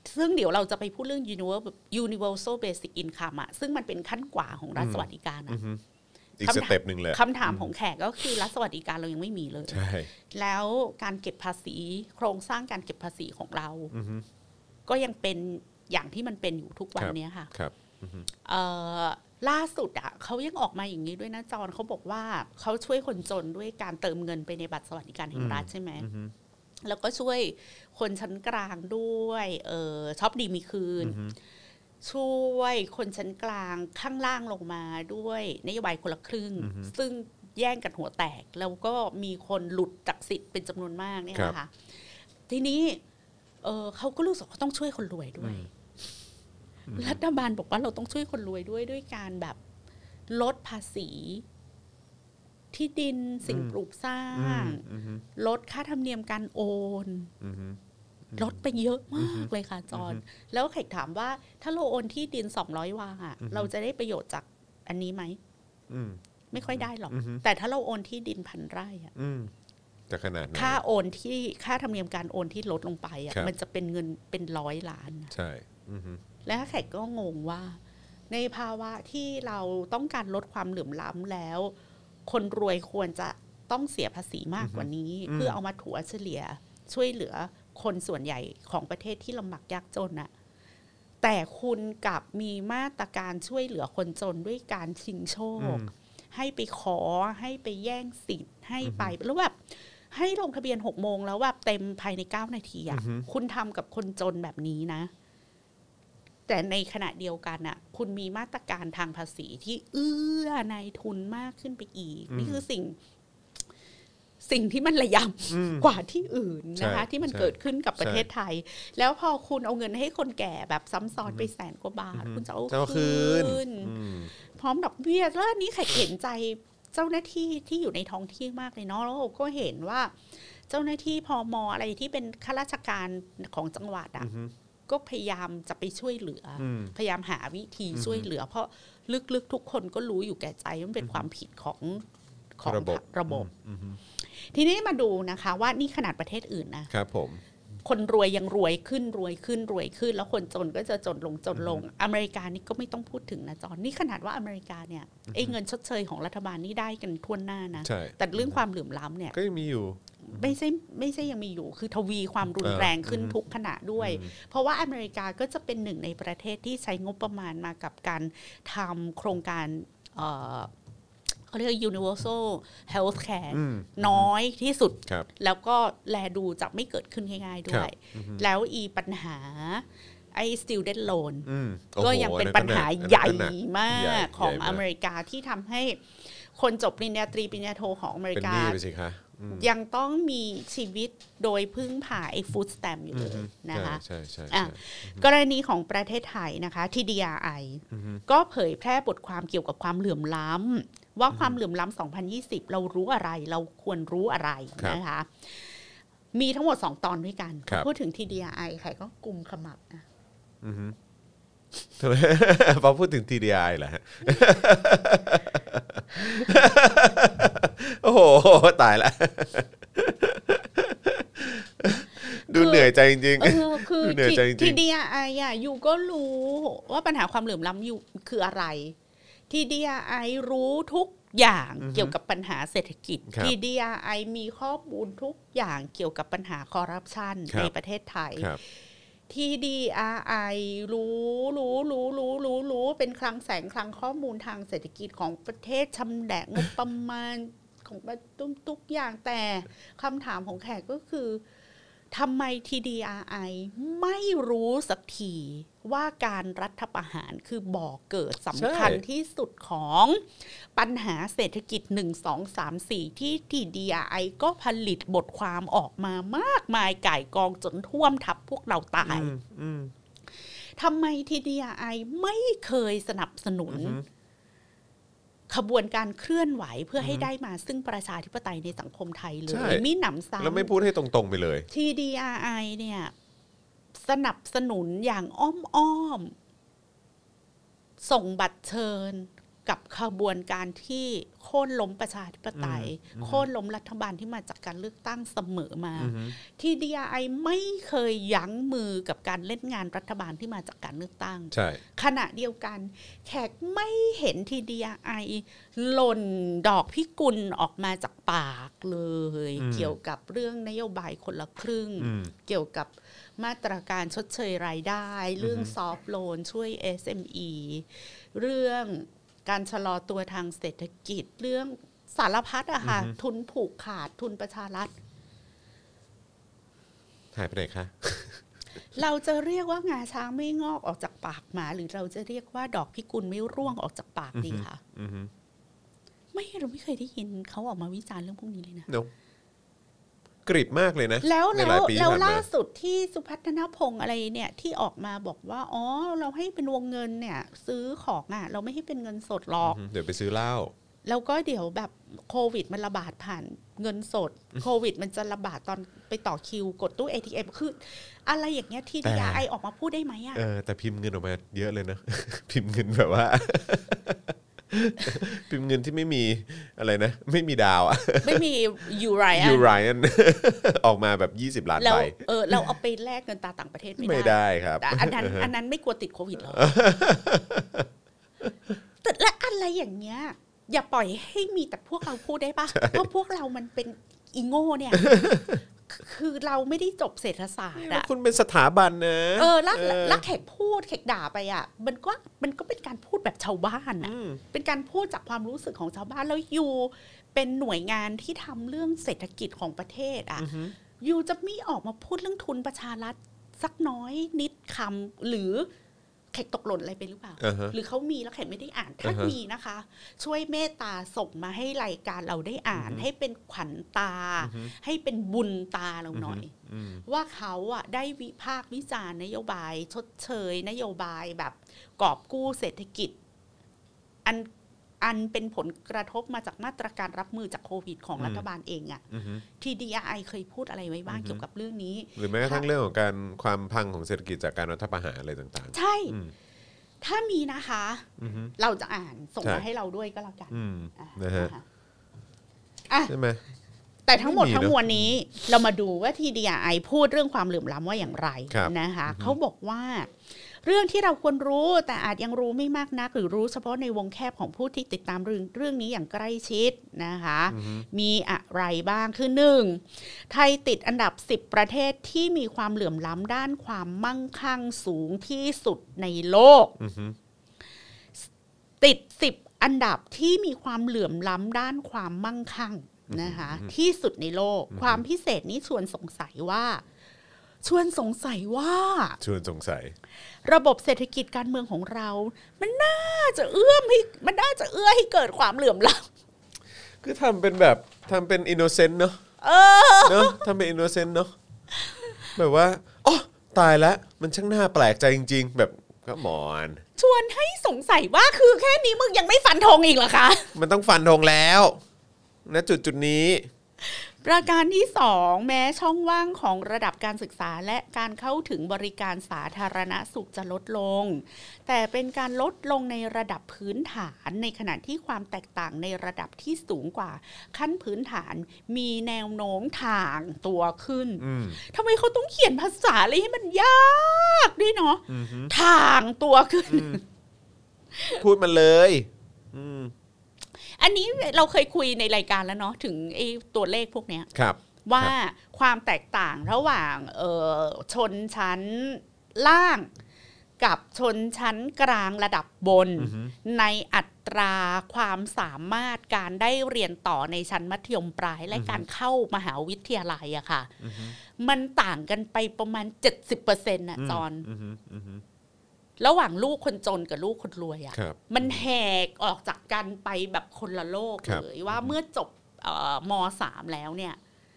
ซึ่งเดี๋ยวเราจะไปพูดเรื่อง universal basic income อะซึ่งมันเป็นขั้นกว่าของรัฐสวัสดิการอะอีกสเต็ปนึงเลยคำถามของแขกก็คือรัฐสวัสดิการเรายังไม่มีเลยใช่แล้วการเก็บภาษีโครงสร้างการเก็บภาษีของเราก็ยังเป็นอย่างที่มันเป็นอยู่ทุกวันนี้ค่ะครับล่าสุดอ่ะเขายังออกมาอย่างนี้ด้วยนะจอนเขาบอกว่าเขาช่วยคนจนด้วยการเติมเงินไปในบัตรสวัสดิการแห่งรัฐใช่ไหมแล้วก็ช่วยคนชั้นกลางด้วยเออช็อปดีมีคืนช่วยคนชั้นกลางข้างล่างลงมาด้วยนโยบายคนละครึ่งซึ่งแย่งกันหัวแตกแล้วก็มีคนหลุดจากสิทธิ์เป็นจำนวนมากเนี่ยนะคะทีนี้เออเขาก็รู้สึกเขาต้องช่วยคนรวยด้วยรัฐบาลบอกว่าเราต้องช่วยคนรวยด้วยด้วยการแบบลดภาษีที่ดินสิ่งปลูกสร้างลดค่าธรรมเนียมการโอนลดไปเยอะมากเลยค่ะจอนแล้วแขกถามว่าถ้าเราโอนที่ดินสองร้อยวาอ่ะเราจะได้ประโยชน์จากอันนี้ไหมไม่ค่อยได้หรอกแต่ถ้าเราโอนที่ดินพันไร่อ่ะจะขนาดค่าโอนที่ค่าธรรมเนียมการโอนที่ลดลงไปอ่ะมันจะเป็นเงินเป็นร้อยล้านใช่แล้วแขกก็งงว่าในภาวะที่เราต้องการลดความเหลื่อมล้ำแล้วคนรวยควรจะต้องเสียภาษีมากกว่านี้เพื่อเอามาถัวเฉลี่ยช่วยเหลือคนส่วนใหญ่ของประเทศที่ลำบากยากจนน่ะแต่คุณกลับมีมาตรการช่วยเหลือคนจนด้วยการชิงโชคให้ไปขอให้ไปแย่งสิทธิ์ให้ไปแล้วแบบให้ลงทะเบียนหกโมงแล้วแบบเต็มภายในเก้านาทีอ่ะคุณทำกับคนจนแบบนี้นะแต่ในขณะเดียวกันน่ะคุณมีมาตรการทางภาษีที่เอื้อนายทุนมากขึ้นไปอีกนี่คือสิ่งสิ่งที่มันระยำกว่าที่อื่นนะคะที่มันเกิดขึ้นกับประเทศไทยแล้วพอคุณเอาเงินให้คนแก่แบบซ้ำซ้อนไปแสนกว่าบาทคุณจะเอาคืนพร้อมดอกเบี้ยแล้วนี้ใครเห็นใจเจ้าหน้าที่ที่อยู่ในท้องที่มากเลยเนาะแล้วก็เห็นว่าเจ้าหน้าที่พม.อะไรที่เป็นข้าราชการของจังหวัดอ่ะก็พยายามจะไปช่วยเหลือพยายามหาวิธีช่วยเหลือเพราะลึกๆทุกคนก็รู้อยู่แก่ใจมันเป็นความผิดของของระบบระบบทีนี้มาดูนะคะว่านี่ขนาดประเทศอื่นนะครับผมคนรวยยังรวยขึ้นรวยขึ้นรวยขึ้นแล้วคนจนก็จะจนลงจนลงอเมริกานี่ก็ไม่ต้องพูดถึงนะจอนนี่ขนาดว่าอเมริกาเนี่ยไอ้เงินชดเชยของรัฐบาลนี่ได้กันทั่วหน้านะแต่เรื่องความเหลื่อมล้ำเนี่ยก็ยังมีอยู่ไม่ใช่ไม่ใช่ยังมีอยู่คือทวีความรุนแรงขึ้นทุกขณะด้วยเพราะว่าอเมริกาก็จะเป็นหนึ่งในประเทศที่ใช้งบประมาณมากับการทำโครงการเขาเรียก universal health care น้อยที่สุดแล้วก็แลดูจะไม่เกิดขึ้นง่ายๆด้วยแล้วอีปัญหาไอ้ student loan ก็ยังเป็นปัญหาใหญ่มากของอเมริกาที่ทำให้คนจบปริญญาตรีปริญญาโทของอเมริกายังต้องมีชีวิตโดยพึ่งพาไอ้ฟู้ดสแตมป์อยู่เลยนะคะใช่ใช่กรณีของประเทศไทยนะคะ ที ดี อาร์ ไอ ก็เผยแพร่บทความเกี่ยวกับความเหลื่อมล้ำว่าความเหลื่อมล้ำสองพันยี่สิบเรารู้อะไรเราควรรู้อะไรนะคะมีทั้งหมดสองตอนด้วยกันพูดถึง ที ดี อาร์ ไอ ใครก็กุมขมับนะพอพูดถึง ที ดี อาร์ ไอ เหรอฮะโอ้โหตายละดูเหนื่อยใจจริงๆคือเหนื่อยใจจริงๆ ที ดี อาร์ ไอ อ่ะอยู่ก็รู้ว่าปัญหาความเหลื่อมล้ำอยู่คืออะไร ที ดี อาร์ ไอ รู้ทุกอย่างเกี่ยวกับปัญหาเศรษฐกิจ ที ดี อาร์ ไอ มีข้อมูลทุกอย่างเกี่ยวกับปัญหาคอร์รัปชันในประเทศไทยที ดี อาร์ ไอ รู้รู้รู้รู้รู้รู้เป็นคลังแสงคลังข้อมูลทางเศรษฐกิจของประเทศชำแหละงบประมาณของตุ้มทุกอย่างแต่คำถามของแขกก็คือทำไม ที ดี อาร์ ไอ ไม่รู้สักทีว่าการรัฐประหารคือบ่อเกิดสำคัญที่สุดของปัญหาเศรษฐกิจหนึ่ง สอง สาม สี่ที่ ที ดี อาร์ ไอ ก็ผลิตบทความออกมามากมายก่ายกองจนท่วมทับพวกเราตายทำไม ที ดี อาร์ ไอ ไม่เคยสนับสนุนขบวนการเคลื่อนไหวเพื่อให้ได้มาซึ่งประชาธิปไตยในสังคมไทยเลยมีหนำซ้ำแล้วไม่พูดให้ตรงๆไปเลยที ดี อาร์ ไอ เนี่ยสนับสนุนอย่างอ้อมๆส่งบัตรเชิญกับขบวนการที่โค่นล้มประชาธิปไตยโค่นล้มรัฐบาลที่มาจากการเลือกตั้งเสมอมาที่ ดี อาร์ ไอ ไม่เคยยั้งมือกับการเล่นงานรัฐบาลที่มาจากการเลือกตั้งใช่ขณะเดียวกันแขกไม่เห็นที่ ดี อาร์ ไอ หล่นดอกพิกุลออกมาจากปากเลยเกี่ยวกับเรื่องนโยบายคนละครึ่งเกี่ยวกับมาตรการชดเชยรายได้เรื่องซอฟท์โลนช่วย เอส เอ็ม อี เรื่องการชะลอตัวทางเศรษฐกิจเรื่องสารพัดอะค่ะทุนผูกขาดทุนประชารัฐหายไปไหนคะเราจะเรียกว่างาช้างไม่งอกออกจากปากหมาหรือเราจะเรียกว่าดอกพิกุลไม่ร่วงออกจากปากดีคะไม่เราไม่เคยได้ยินเขาออกมาวิจารณ์เรื่องพวกนี้เลยนะ no. กริบมากเลยนะแล้วแล้วแล้วล่าสุดที่สุพัฒนพงษ์อะไรเนี่ยที่ออกมาบอกว่าอ๋อเราให้เป็นวงเงินเนี่ยซื้อของอ่ะเราไม่ให้เป็นเงินสดหรอกเดี๋ยวไปซื้อเหล้าแล้วก็เดี๋ยวแบบโควิดมันระบาดผ่านเงินสดโควิดมันจะระบาดตอนไปต่อคิวกดตู้ เอ ที เอ็ม คืออะไรอย่างเงี้ยที่ ดี อาร์ ไอ ออกมาพูดได้ไหมอ่ะเออแต่พิมพ์เงินออกมาเยอะเลยนะ พิมพ์เงินแบบว่าพิมพ์เงินที่ไม่มีอะไรนะไม่มีดาวอ่ะไม่มียูไรอันยูไรอันออกมาแบบยี่สิบล้านใบเออเราเอาไปแลกเงินตาต่างประเทศไม่ได้ไม่ได้ครับอันนั้นอันนั้นไม่กลัวติดโควิดหรอแต่และอะไรอย่างเงี้ยอย่าปล่อยให้มีแต่พวกเราพูดได้ป่ะเพราะพวกเรามันเป็นอีโง่เนี่ยคือเราไม่ได้จบเศรษฐศาสตร์อ่ะคุณเป็นสถาบันนะเออแล้วแล้วแขกพูดแขกด่าไปอ่ะมันก็มันก็เป็นการพูดแบบชาวบ้านอ่ะเป็นการพูดจากความรู้สึกของชาวบ้านแล้วอยู่เป็นหน่วยงานที่ทำเรื่องเศรษฐกิจของประเทศอ่ะอยู่จะไม่ออกมาพูดเรื่องทุนประชารัฐสักน้อยนิดคำหรือแขกตกหล่นอะไรไปหรือเปล่า uh-huh. หรือเขามีแล้วแขกไม่ได้อ่านถ้า uh-huh. มีนะคะช่วยเมตตาส่งมาให้รายการเราได้อ่าน uh-huh. ให้เป็นขวัญตา uh-huh. ให้เป็นบุญตาเราหน่อย uh-huh. ว่าเขาอ่ะได้วิพากษ์วิจารณ์นโยบายชดเชยนโยบายแบบกอบกู้เศรษฐกิจอันอันเป็นผลกระทบมาจากมาตรการรับมือจากโควิดของรัฐบาลเองอ่ะที่ ดี อาร์ ไอ เคยพูดอะไรไว้บ้างเกี่ยวกับเรื่องนี้หรือแม้กระทั่งเรื่องของการความพังของเศรษฐกิจจากการรัฐประหารอะไรต่างๆใช่ถ้ามีนะคะเราจะอ่านส่งมาให้เราด้วยก็แล้วกันนะฮะใช่ไหมแต่ทั้งหมดทั้งมวลนี้เรามาดูว่าที่ ดี อาร์ ไอ พูดเรื่องความเหลื่อมล้ำว่าอย่างไรนะคะเขาบอกว่าเรื่องที่เราควรรู้แต่อาจยังรู้ไม่มากนักหรือรู้เฉพาะในวงแคบของผู้ที่ติดตามเรื่องเรื่องนี้อย่างใกล้ชิดนะคะมีอะไรบ้างคือหนึ่งไทยติดอันดับสิบประเทศที่มีความเหลื่อมล้ำด้านความมั่งคั่งสูงที่สุดในโลกติดสิบอันดับที่มีความเหลื่อมล้ำด้านความมั่งคั่งนะคะที่สุดในโลกความพิเศษนี้ชวนสงสัยว่าชวนสงสัยว่าชวนสงสัยระบบเศรษฐกิจการเมืองของเรามันน่าจะเอื้อมให้มันน่าจะเอื้อให้เกิดความเหลื่อมล้ำคือทำเป็นแบบทำเป็นอินโนเซนต์เนาะเออเนาะทำเป็นอินโนเซนต์เนาะแบบว่าอ๋อตายแล้วมันช่างน่าแปลกใจจริงๆแบบก็หมอนชวนให้สงสัยว่าคือแค่นี้มึงยังไม่ฟันธงอีกเหรอคะมันต้องฟันธงแล้วณจุดจุดนี้ประการที่สองแม้ช่องว่างของระดับการศึกษาและการเข้าถึงบริการสาธารณสุขจะลดลงแต่เป็นการลดลงในระดับพื้นฐานในขณะที่ความแตกต่างในระดับที่สูงกว่าขั้นพื้นฐานมีแนวโน้มถ่างตัวขึ้นทำไมเขาต้องเขียนภาษาอะไรให้มันยากด้วยเนาะถ่างตัวขึ้นพูดมาเลยอันนี้เราเคยคุยในรายการแล้วเนาะถึงไอ้ตัวเลขพวกเนี้ยว่าความแตกต่างระหว่างเอ่อชนชั้นล่างกับชนชั้นกลางระดับบนในอัตราความสามารถการได้เรียนต่อในชั้นมัธยมปลายและการเข้ามหาวิทยาลัยอะค่ะมันต่างกันไปประมาณ เจ็ดสิบเปอร์เซ็นต์ น่ะจอนระหว่างลูกคนจนกับลูกคนรวยอ่ะมันแหกออกจากกันไปแบบคนละโลกเลยว่าเมื่อจบม.สาม แล้วเนี่ย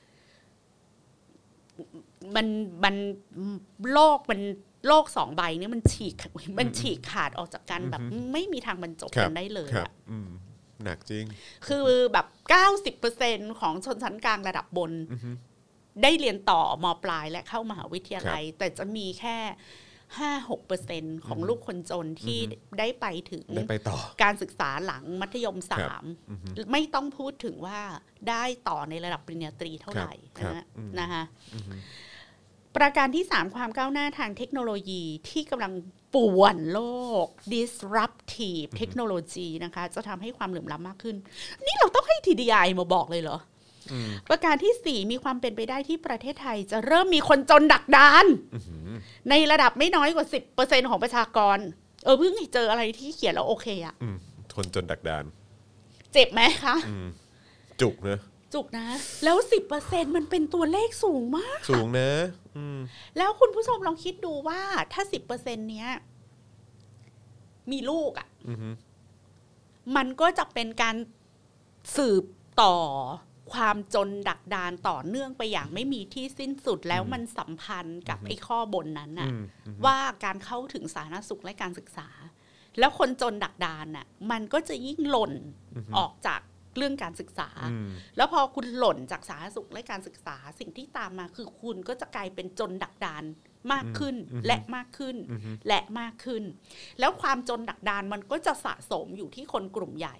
มันมันโลกมันโลกสองใบนี่มันฉีกมันฉีกขาดออกจากกันแบบไม่มีทางบรรจบกันได้เลยอ่ะหนักจริงคือแบบ เก้าสิบเปอร์เซ็นต์ ของชนชั้นกลางระดับบนได้เรียนต่อม.ปลายและเข้ามหาวิทยาลัยแต่จะมีแค่ห้า หกเปอร์เซ็นต์ ของลูกคนจนที่ได้ไปถึงได้ไปต่อการศึกษาหลังมัธยมสามไม่ต้องพูดถึงว่าได้ต่อในระดับปริญญาตรีเท่าไหร่นะนะคะประการที่สามความก้าวหน้าทางเทคโนโลยีที่กำลังป่วนโลก disruptive technology นะคะจะทำให้ความเหลื่อมล้ำมากขึ้นนี่เราต้องให้ ที ดี ไอ มาบอกเลยเหรอประการที่สี่มีความเป็นไปได้ที่ประเทศไทยจะเริ่มมีคนจนดักดานในระดับไม่น้อยกว่า สิบเปอร์เซ็นต์ ของประชากรเออเพิ่งเจออะไรที่เขียนแล้วโอเคอะคนจนดักดานเจ็บไหมคะจุกเนอะจุกนะแล้ว สิบเปอร์เซ็นต์ มันเป็นตัวเลขสูงมากสูงนะแล้วคุณผู้ชมลองคิดดูว่าถ้า สิบเปอร์เซ็นต์ เนี้ยมีลูกอ่ะมันก็จะเป็นการสืบต่อความจนดักดานต่อเนื่องไปอย่างไม่มีที่สิ้นสุดแล้วมันสัมพันธ์กับไอ้ข้อบนนั้นน่ะว่าการเข้าถึงสาธารณสุขและการศึกษาแล้วคนจนดักดานน่ะมันก็จะยิ่งหล่นออกจากเรื่องการศึกษาแล้วพอคุณหล่นจากสาธารณสุขและการศึกษาสิ่งที่ตามมาคือคุณก็จะกลายเป็นจนดักดานมากขึ้นและมากขึ้นและมากขึ้นแล้วความจนดักดานมันก็จะสะสมอยู่ที่คนกลุ่มใหญ่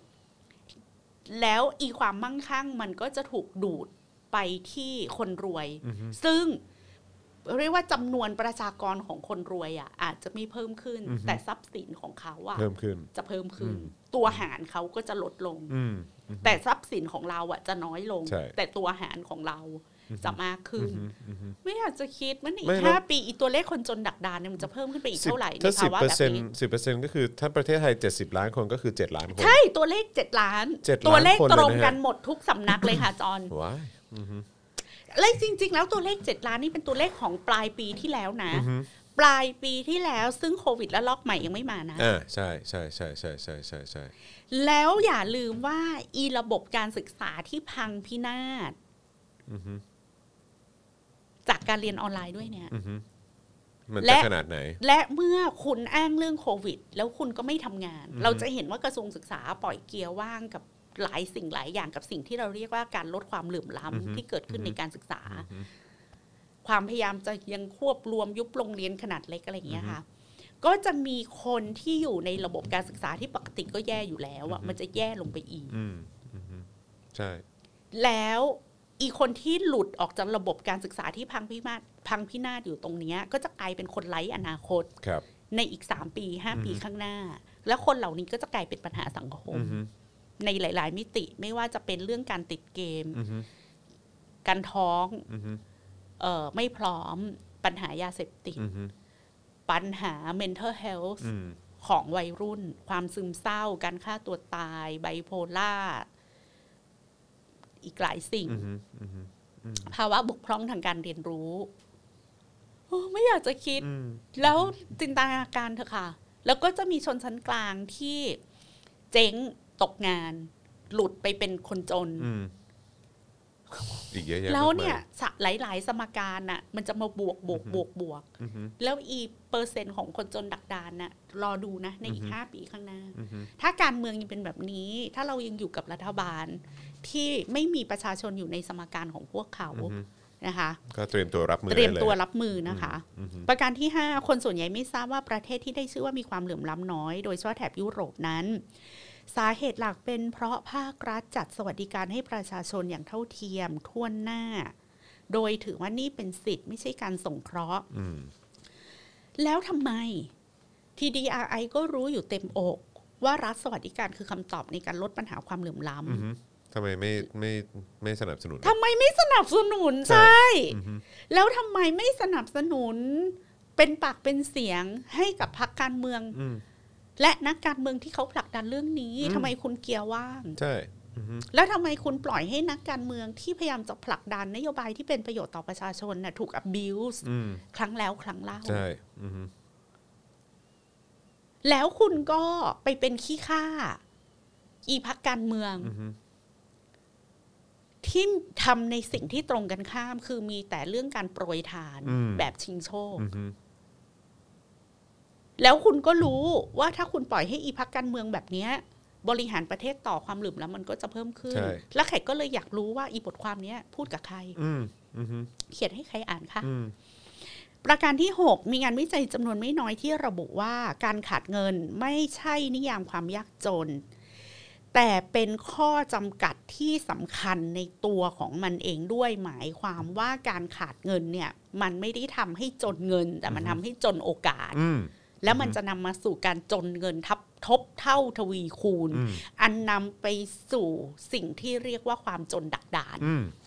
แล้วอีความมั่งคั่งมันก็จะถูกดูดไปที่คนรวยซึ่งเรียกว่าจำนวนประชากรของคนรวยอ่ะอาจจะไม่เพิ่มขึ้นแต่ทรัพย์สินของเขาอ่ะเพิ่มขึ้นจะเพิ่มขึ้นตัวหารเขาก็จะลดลงแต่ทรัพย์สินของเราอ่ะจะน้อยลงแต่ตัวหารของเราจะมากขึ้นไม่อยากจะคิดมันอีกห้าปีอีตัวเลขคนจนดักดานเนี่ยมันจะเพิ่มขึ้นไปอีกเท่าไหร่ในภาวะแบบนี้สิบเปอร์เซ็นต์ ก็คือถ้าประเทศไทยเจ็ดสิบล้านคนก็คือเจ็ดล้านคนใช่ตัวเลขเจ็ดล้านตัวเลขตรงกันหมดทุกสำนักเลยค่ะจอนว้ายเลขจริงๆแล้วตัวเลขเจ็ดล้านนี่เป็นตัวเลขของปลายปีที่แล้วนะปลายปีที่แล้วซึ่งโควิดและล็อกใหม่ยังไม่มานะอ่าใช่ใช่ใช่ใช่ใช่ใช่ใช่แล้วอย่าลืมว่าอีระบบการศึกษาที่พังพินาศจากการเรียนออนไลน์ด้วยเนี่ยมันจะขนาดไหนและเมื่อคุณอ้างเรื่องโควิดแล้วคุณก็ไม่ทำงานเราจะเห็นว่ากระทรวงศึกษาปล่อยเกียร์ว่างกับหลายสิ่งหลายอย่างกับสิ่งที่เราเรียกว่าการลดความเหลื่อมล้ำที่เกิดขึ้นในการศึกษาความพยายามจะยังควบรวมยุบโรงเรียนขนาดเล็กอะไรอย่างเงี้ยค่ะก็จะมีคนที่อยู่ในระบบการศึกษาที่ปกติก็แย่อยู่แล้วอ่ะมันจะแย่ลงไปอีกใช่แล้วอีกคนที่หลุดออกจากระบบการศึกษาที่พังพินาศพังพินาศอยู่ตรงนี้ก็จะกลายเป็นคนไร้อนาคตในอีกสามปีห้าปีข้างหน้าแล้วคนเหล่านี้ก็จะกลายเป็นปัญหาสังคมในหลายๆมิติไม่ว่าจะเป็นเรื่องการติดเกมการท้องเอ่อไม่พร้อมปัญหายาเสพติดปัญหา mental health ของวัยรุ่นความซึมเศร้าการฆ่าตัวตายไบโพล่าอีกหลายสิ่งภาวะบกพร่องทางการเรียนรู้โอ้ไม่อยากจะคิดแล้วจินตนาการเถอะค่ะแล้วก็จะมีชนชั้นกลางที่เจ๊งตกงานหลุดไปเป็นคนจนอีกเยอะๆแล้วเนี่ยหลายๆสมการน่ะมันจะมาบวกบวกบวกบวกแล้วอีเปอร์เซ็นต์ของคนจนดักดานน่ะรอดูนะในอีกห้าปีข้างหน้าถ้าการเมืองยังเป็นแบบนี้ถ้าเรายังอยู่กับรัฐบาลที่ไม่มีประชาชนอยู่ในสมการของพวกเขานะคะก็เตรียมตัวรับมือเตรียมตัวรับมือนะคะประการที่ห้าคนส่วนใหญ่ไม่ทราบว่าประเทศที่ได้ชื่อว่ามีความเหลื่อมล้ำน้อยโดยเฉพาะแถบยุโรปนั้นสาเหตุหลักเป็นเพราะภาครัฐจัดสวัสดิการให้ประชาชนอย่างเท่าเทียมทั่วหน้าโดยถือว่านี่เป็นสิทธิ์ไม่ใช่การสงเคราะห์แล้วทำไม ที ดี อาร์ ไอ ก็รู้อยู่เต็มอกว่ารัฐสวัสดิการคือคำตอบในการลดปัญหาความเหลื่อมล้ำทำไมไม่ไม่ไม่สนับสนุนทำไมไม่สนับสนุนใช่แล้วทำไมไม่สนับสนุนเป็นปากเป็นเสียงให้กับพรรคการเมืองและนักการเมืองที่เขาผลักดันเรื่องนี้ทำไมคุณเกียร์ว่างใช่แล้วทำไมคุณปล่อยให้นักการเมืองที่พยายามจะผลักดันนโยบายที่เป็นประโยชน์ต่อประชาชนน่ะถูก abuse ครั้งแล้วครั้งเล่าใช่แล้วคุณก็ไปเป็นขี้ข้าอีพรรคการเมืองที่ทำในสิ่งที่ตรงกันข้ามคือมีแต่เรื่องการโปรยทานแบบชิงโชคแล้วคุณก็รู้ว่าถ้าคุณปล่อยให้อีพรรคการเมืองแบบนี้บริหารประเทศต่อความเหลื่อมล้ำมันก็จะเพิ่มขึ้นและแขกก็เลยอยากรู้ว่าอีบทความนี้พูดกับใครเขียนให้ใครอ่านคะปประการที่หกมีงานวิจัยจำนวนไม่น้อยที่ระบุว่าการขาดเงินไม่ใช่นิยามความยากจนแต่เป็นข้อจำกัดที่สำคัญในตัวของมันเองด้วยหมายความว่าการขาดเงินเนี่ยมันไม่ได้ทำให้จนเงินแต่มันทำให้จนโอกาสแล้วมันจะนำมาสู่การจนเงินทับทบเท่าทวีคูณอันนำไปสู่สิ่งที่เรียกว่าความจนดักดาน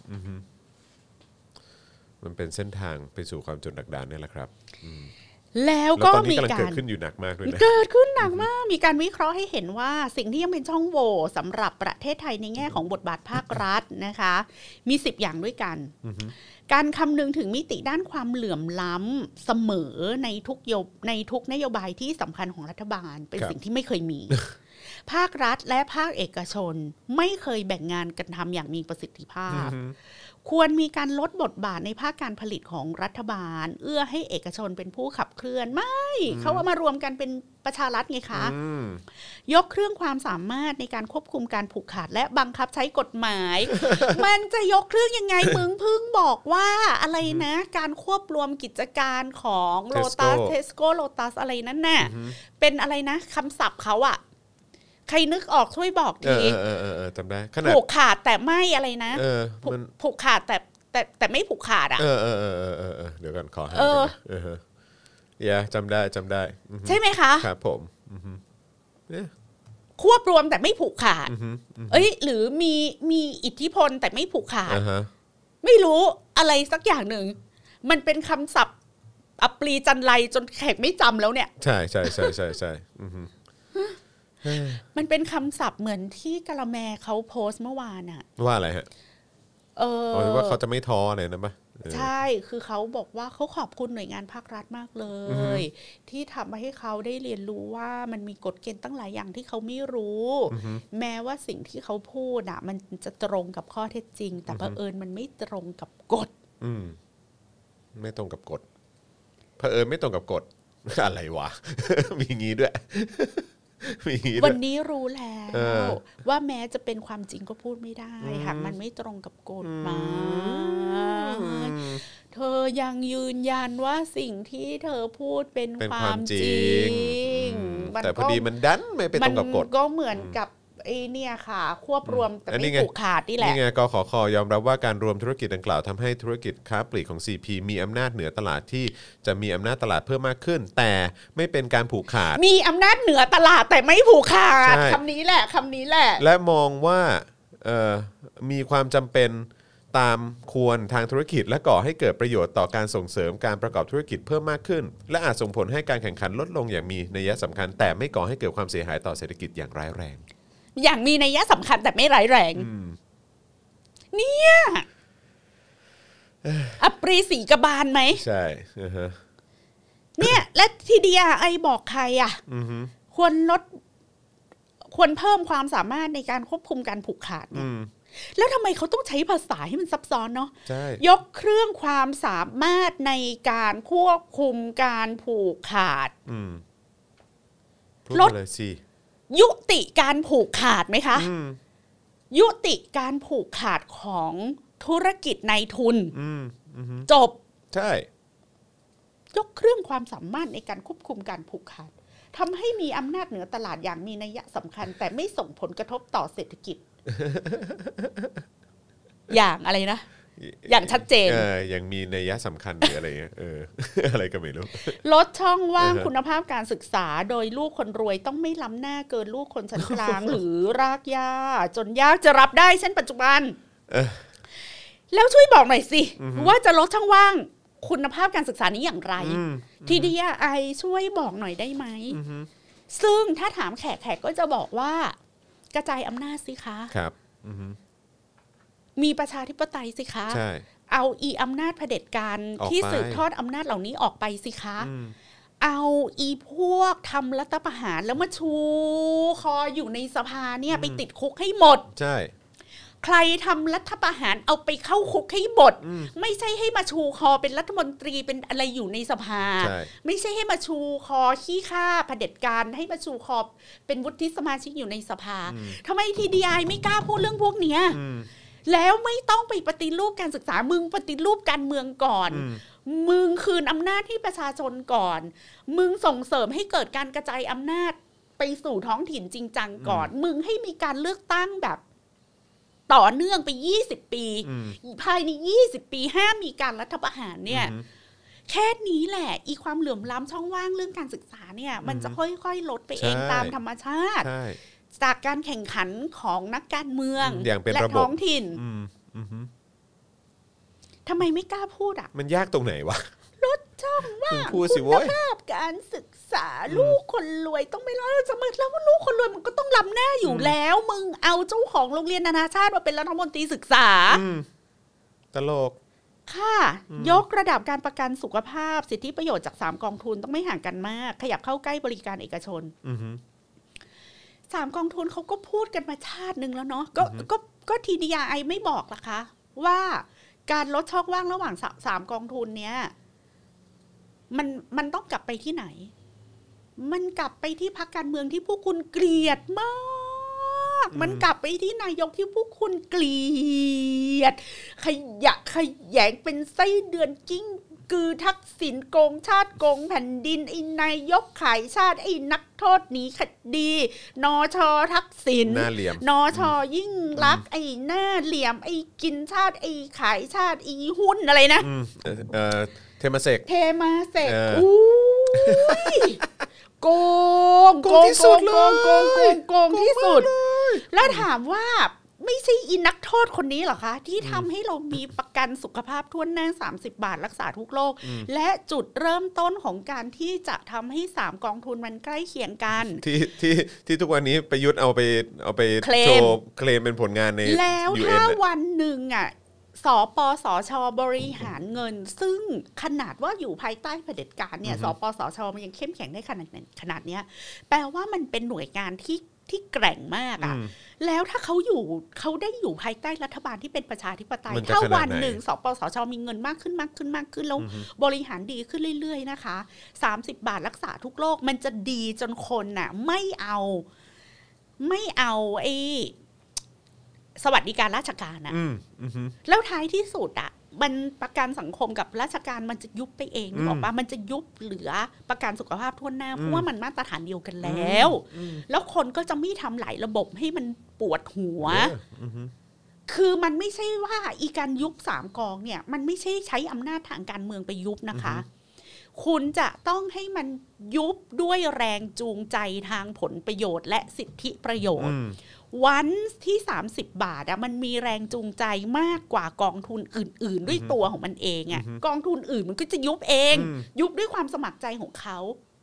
มันเป็นเส้นทางไปสู่ความจนดักดานนี่แหละครับแล้วก็มีการเกิดขึ้นอยู่หนักมากเลยนะเกิดขึ้นหนักมากมีการวิเคราะห์ให้เห็นว่าสิ่งที่ยังเป็นช่องโหว่สำหรับประเทศไทยในแง่ของบทบาทภาครัฐนะคะมีสิบอย่างด้วยกันการคำนึงถึงมิติด้านความเหลื่อมล้ำเสมอในทุกโยบในทุกนโยบายที่สำคัญของรัฐบาลเป็นสิ่งที่ไม่เคยมีภาครัฐและภาคเอกชนไม่เคยแบ่งงานกันทำอย่างมีประสิทธิภาพควรมีการลดบทบาทในภาคการผลิตของรัฐบาลเอื้อให้เอกชนเป็นผู้ขับเคลื่อนไม่เขาเอามารวมกันเป็นประชารัฐไงคะยกเครื่องความสามารถในการควบคุมการผูกขาดและบังคับใช้กฎหมาย มันจะยกเครื่องยังไงมึงเพิ่งบอกว่าอะไรนะการควบรวมกิจการของโลตัสเทสโก้โลตัสอะไรนั่นน่ะเป็นอะไรนะคำศัพท์เขาอะใครนึกออกช่วยบอกทีเออเออเออจำได้ผูกขาดแต่ไม่อะไรนะผูกขาดแต่แต่แต่ไม่ผูกขาดอ่ะเออเออเออเออเออเดี๋ยวก่อนขอหาเออเออเยจำได้จำได้ใช่ไหมคะครับผมควบรวมแต่ไม่ผูกขาดเอ้ยหรือมีมีอิทธิพลแต่ไม่ผูกขาดไม่รู้อะไรสักอย่างหนึ่งมันเป็นคำศัพท์อัปรีจันไรจนแขกไม่จำแล้วเนี่ยใช่ใช่ใช่ใช่ใช่มันเป็นคำศัพท์เหมือนที่กะละแมเขาโพสต์เมื่อวานอะว่าอะไรฮะเออว่าเขาจะไม่ท้อเลยนะปะใช่คือเขาบอกว่าเขาขอบคุณหน่วยงานภาครัฐมากเลยที่ทำให้เขาได้เรียนรู้ว่ามันมีกฎเกณฑ์ตั้งหลายอย่างที่เขาไม่รู้แม้ว่าสิ่งที่เขาพูดอะมันจะตรงกับข้อเท็จจริงแต่เผอิญมันไม่ตรงกับกฎไม่ตรงกับกฎเผอิญไม่ตรงกับกฎอะไรวะมีงี้ด้วยวันนี้รู้แล้วว่าแม้จะเป็นความจริงก็พูดไม่ได้หากมันไม่ตรงกับกฎหมายเธอยังยืนยันว่าสิ่งที่เธอพูดเป็นความจริงแต่พอดีมันดันไม่ไปตรงกับกฎก็เหมือนกับไอ้เนี่ยค่ะควบรวมแต่ไม่ผูกขาดนี่แหละนี่ไงกขค.ยอมรับว่าการรวมธุรกิจดังกล่าวทำให้ธุรกิจค้าปลีกของ ซี พี มีอำนาจเหนือตลาดที่จะมีอำนาจตลาดเพิ่มมากขึ้นแต่ไม่เป็นการผูกขาดมีอำนาจเหนือตลาดแต่ไม่ผูกขาดคำนี้แหละคำนี้แหละและมองว่าเอ่อมีความจำเป็นตามควรทางธุรกิจและก่อให้เกิดประโยชน์ต่อการส่งเสริมการประกอบธุรกิจเพิ่มมากขึ้นและอาจส่งผลให้การแข่งขันลดลงอย่างมีนัยสำคัญแต่ไม่ก่อให้เกิดความเสียหายต่อเศรษฐกิจอย่างร้ายแรงอย่างมีนัยสำคัญแต่ไม่ร้ายแรงเนี่ยอัปรีศรีกบาลไหมใช่เนี่ยและทีเดียไอบอกใครอ่ะควรลดควรเพิ่มความสามารถในการควบคุมการผูกขาดเนี่ยแล้วทำไมเขาต้องใช้ภาษาให้มันซับซ้อนเนาะยกเครื่องความสามารถในการควบคุมการผูกขาดลดเลยสิยุติการผูกขาดไหมคะยุติการผูกขาดของธุรกิจนายทุนจบใช่ยกเครื่องความสามารถในการควบคุมการผูกขาดทำให้มีอำนาจเหนือตลาดอย่างมีนัยสำคัญแต่ไม่ส่งผลกระทบต่อเศรษฐกิจ อย่างอะไรนะอย่างชัดเจนเอออย่างมีนัยสำคัญหรืออะไรเงี้ยเอออะไรก็ไม่รู้ลดช่องว่างคุณภาพการศึกษาโดยลูกคนรวยต้องไม่ล้ำหน้าเกินลูกคนชั้นกลาง หรือรากหญ้าจนยากจะรับได้เช่นปัจจุบันแล้วช่วยบอกหน่อยสิว่าจะลดช่องว่างคุณภาพการศึกษานี้อย่างไรทีเดียไอช่วยบอกหน่อยได้ไหมซึ่งถ้าถามแขกแขกก็จะบอกว่ากระจายอำนาจสิคะครับมีประชาธิปไตยสิคะเอาอีอำนาจเผด็จการที่สืบทอดอำนาจเหล่านี้ออกไปสิคะเอาอีพวกทำรัฐประหารแล้วมาชูคออยู่ในสภาเนี่ยไปติดคุกให้หมดใช่ใครทำรัฐประหารเอาไปเข้าคุกให้หมดไม่ใช่ให้มาชูคอเป็นรัฐมนตรีเป็นอะไรอยู่ในสภาไม่ใช่ให้มาชูคอขี้ข้าเผด็จการให้มาชูคอเป็นวุฒิสมาชิกอยู่ในสภาทำไมทีดีไอไม่กล้าพูดเรื่องพวกเนี้ยแล้วไม่ต้องไปปฏิรูปการศึกษามึงปฏิรูปการเมืองก่อนมึงคืนอำนาจให้ประชาชนก่อนมึงส่งเสริมให้เกิดการกระจายอำนาจไปสู่ท้องถิ่นจริงจังก่อนมึงให้มีการเลือกตั้งแบบต่อเนื่องไปยี่สิบปีภายในยี่สิบปีห้ามมีการรัฐประหารเนี่ยแค่นี้แหละอีความเหลื่อมล้ำช่องว่างเรื่องการศึกษาเนี่ยมันจะค่อยๆลดไปเองตามธรรมชาติจากการแข่งขันของนักการเมืองและท้องถิ่นทำไมไม่กล้าพูดอ่ะมันยากตรงไหนวะลดช่องว่างคุณภาพการศึกษาลูกคนรวยต้องไม่รอดสมัยแล้วว่าลูกคนรวยมันก็ต้องล้ำหน้าอยู่แล้วมึงเอาเจ้าของโรงเรียนนานาชาติมาเป็นรัฐมนตรีศึกษาตลกค่ะยกระดับการประกันสุขภาพสิทธิประโยชน์จากสามกองทุนต้องไม่ห่างกันมากขยับเข้าใกล้บริการเอกชนสามกองทุนเขาก็พูดกันมาชาตินึงแล้วเนาะก็ก็ก็ที ดี อาร์ ไอ ไม่บอกล่ะคะว่าการลดช่องว่างระหว่างสามกองทุนเนี้ยมันมันต้องกลับไปที่ไหนมันกลับไปที่พรรคการเมืองที่พวกคุณเกลียดมากมันกลับไปที่นายกที่พวกคุณเกลียดขยะขยงเป็นไส้เดือนกิ้งกือทักษิณโกงชาติโกงแผ่นดินไอ้นายกขายชาติไอ้นักโทษหนีคดีนช.ทักษิณนช.ยิ่งลักษณ์ไอ้หน้าเหลี่ยมไอ้กินชาติไอ้ขายชาติไอ้หุ้นอะไรนะเออเทมาเสกเทมาเสกอู้ยโกงโกงที่สุดเลยโกงโกงโกงที่สุดแล้วถามว่าไม่ใช่อินนักโทษคนนี้หรอคะที่ทำให้เรามีประกันสุขภาพทั่วหน้าสามสิบบาทรักษาทุกโรคและจุดเริ่มต้นของการที่จะทำให้สามกองทุนมันใกล้เคียงกันที่ที่ที่ทุกวันนี้ประยุทธ์เอาไปเอาไปโชว์เคลมเป็นผลงานใน ยู เอ็นแล้วถ้าวันหนึ่งอ่ะสปสช.บริหารเงินซึ่งขนาดว่าอยู่ภายใต้เผด็จการเนี่ยสปสช.มันยังเข้มแข็งได้ขนาดขนาดเนี้ยแปลว่ามันเป็นหน่วยงานที่ที่แกร่งมากอ่ะแล้วถ้าเขาอยู่เขาได้อยู่ภายใต้รัฐบาลที่เป็นประชาธิปไตยถ้าวันหนึ่งสปสช.มีเงินมากขึ้นมากขึ้นมากขึ้นแล้วบริหารดีขึ้นเรื่อยๆนะคะสามสิบบาทรักษาทุกโรคมันจะดีจนคนน่ะไม่เอาไม่เอาไอ้สวัสดิการราชการอ่ะแล้วท้ายที่สุดอ่ะมันประกันสังคมกับราชการมันจะยุบไปเองบอกว่ามันจะยุบเหลือประกันสุขภาพทั่วหน้าเพราะว่ามันมาตรฐานเดียวกันแล้วแล้วคนก็จะไม่ทำหลายระบบให้มันปวดหัวคือมันไม่ใช่ว่าอีการยุบสามกองเนี่ยมันไม่ใช่ใช้อำนาจทางการเมืองไปยุบนะคะคุณจะต้องให้มันยุบด้วยแรงจูงใจทางผลประโยชน์และสิทธิประโยชน์วันที่สามสิบบาทอะมันมีแรงจูงใจมากกว่ากองทุนอื่นๆด้วยตัวของมันเองอะกองทุนอื่นมันก็จะยุบเองยุบด้วยความสมัครใจของเขา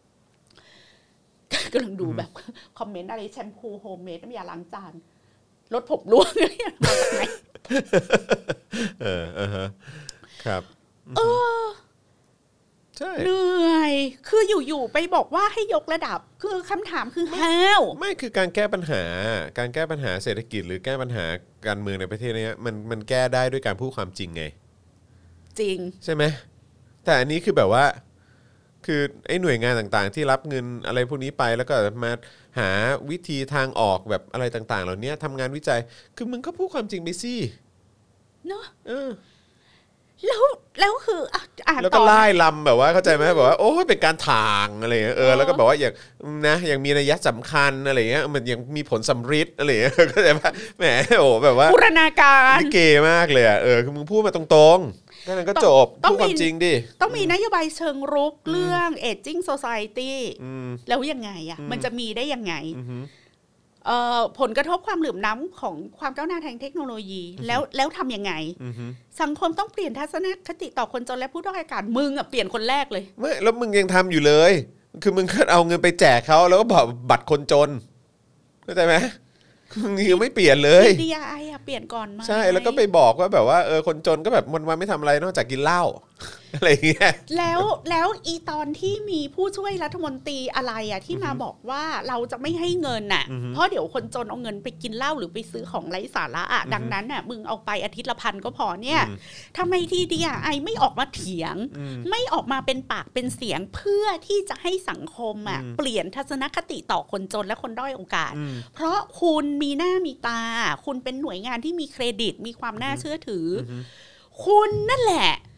กำลังดูแบบคอมเมนต์อะไรแชมพูโฮมเมดน้ำยาล้างจานลดผมร่วงเนี่ยมาจากไหนเออเออครับเออเหนื่อยคืออยู่ๆไปบอกว่าให้ยกระดับคือคำถามคือ how ไม่คือการแก้ปัญหาการแก้ปัญหาเศรษฐกิจหรือแก้ปัญหาการเมืองในประเทศนี้มันมันแก้ได้ด้วยการพูดความจริงไงจริงใช่ไหมแต่อันนี้คือแบบว่าคือไอ้หน่วยงานต่างๆที่รับเงินอะไรพวกนี้ไปแล้วก็มาหาวิธีทางออกแบบอะไรต่างๆเหล่านี้ทำงานวิจัยคือมึงก็พูดความจริงไปสิเนาะเออแล้วแล้วคืออ่านแล้วก็ไล่ลำแบบว่าเข้าใจไหมแบบว่าโอ้ยเป็นการถางอะไรเงี้ยเออแล้วก็แบบว่าอย่างนะอย่างมีนัยสำคัญอะไรเงี้ยมันยังมีผลสำฤทธิ์อะไรเงี้ยเข้าใจป่ะแหมโอ้แบบว่าบูรณาการลิเกมากเลยอ่ะเออคือมึงพูดมาตรงๆนั่นก็จบพูดความจริงดิต้องมีนโยบายเชิงรุกเรื่อง aging society แล้วยังไงอ่ะมันจะมีได้ยังไงผลกระทบความเหลื่อมล้ำของความก้าวหน้าทางเทคโนโลยีแล้วแล้วทำยังไงสังคมต้องเปลี่ยนทัศนคติต่อคนจนและผู้ด้อยโอกาสมึงอ่ะเปลี่ยนคนแรกเลยไม่แล้วมึงยังทำอยู่เลยคือมึงก็เอาเงินไปแจกเขาแล้วก็บอกบัตรคนจนเข้าใจไหมมึงยังไม่เปลี่ยนเลยดี อาร์ ไอ อ่ะเปลี่ยนก่อนมาใช่แล้วก็ไปบอกว่าแบบว่าเออคนจนก็แบบวันๆไม่ทำอะไรนอกจากกินเหล้าอะไรอย่างเงี้ยแล้วแล้วอีตอนที่มีผู้ช่วยรัฐมนตรีอะไรอ่ะที่มาบอกว่าเราจะไม่ให้เงินน่ะเพราะเดี๋ยวคนจนเอาเงินไปกินเหล้าหรือไปซื้อของไร้สาระอ่ะดังนั้นน่ะมึงเอาไปอาทิตย์ละพันก็พอเนี่ยทำไมที่ ดี อาร์ ไอ ไม่ออกมาเถียงไม่ออกมาเป็นปากเป็นเสียงเพื่อที่จะให้สังคมอ่ะเปลี่ยนทัศนคติต่อคนจนและคนด้อยโอกาสเพราะคุณมีหน้ามีตาคุณเป็นหน่วยงานที่มีเครดิตมีความน่าเชื่อถือคุณนั่นแหละ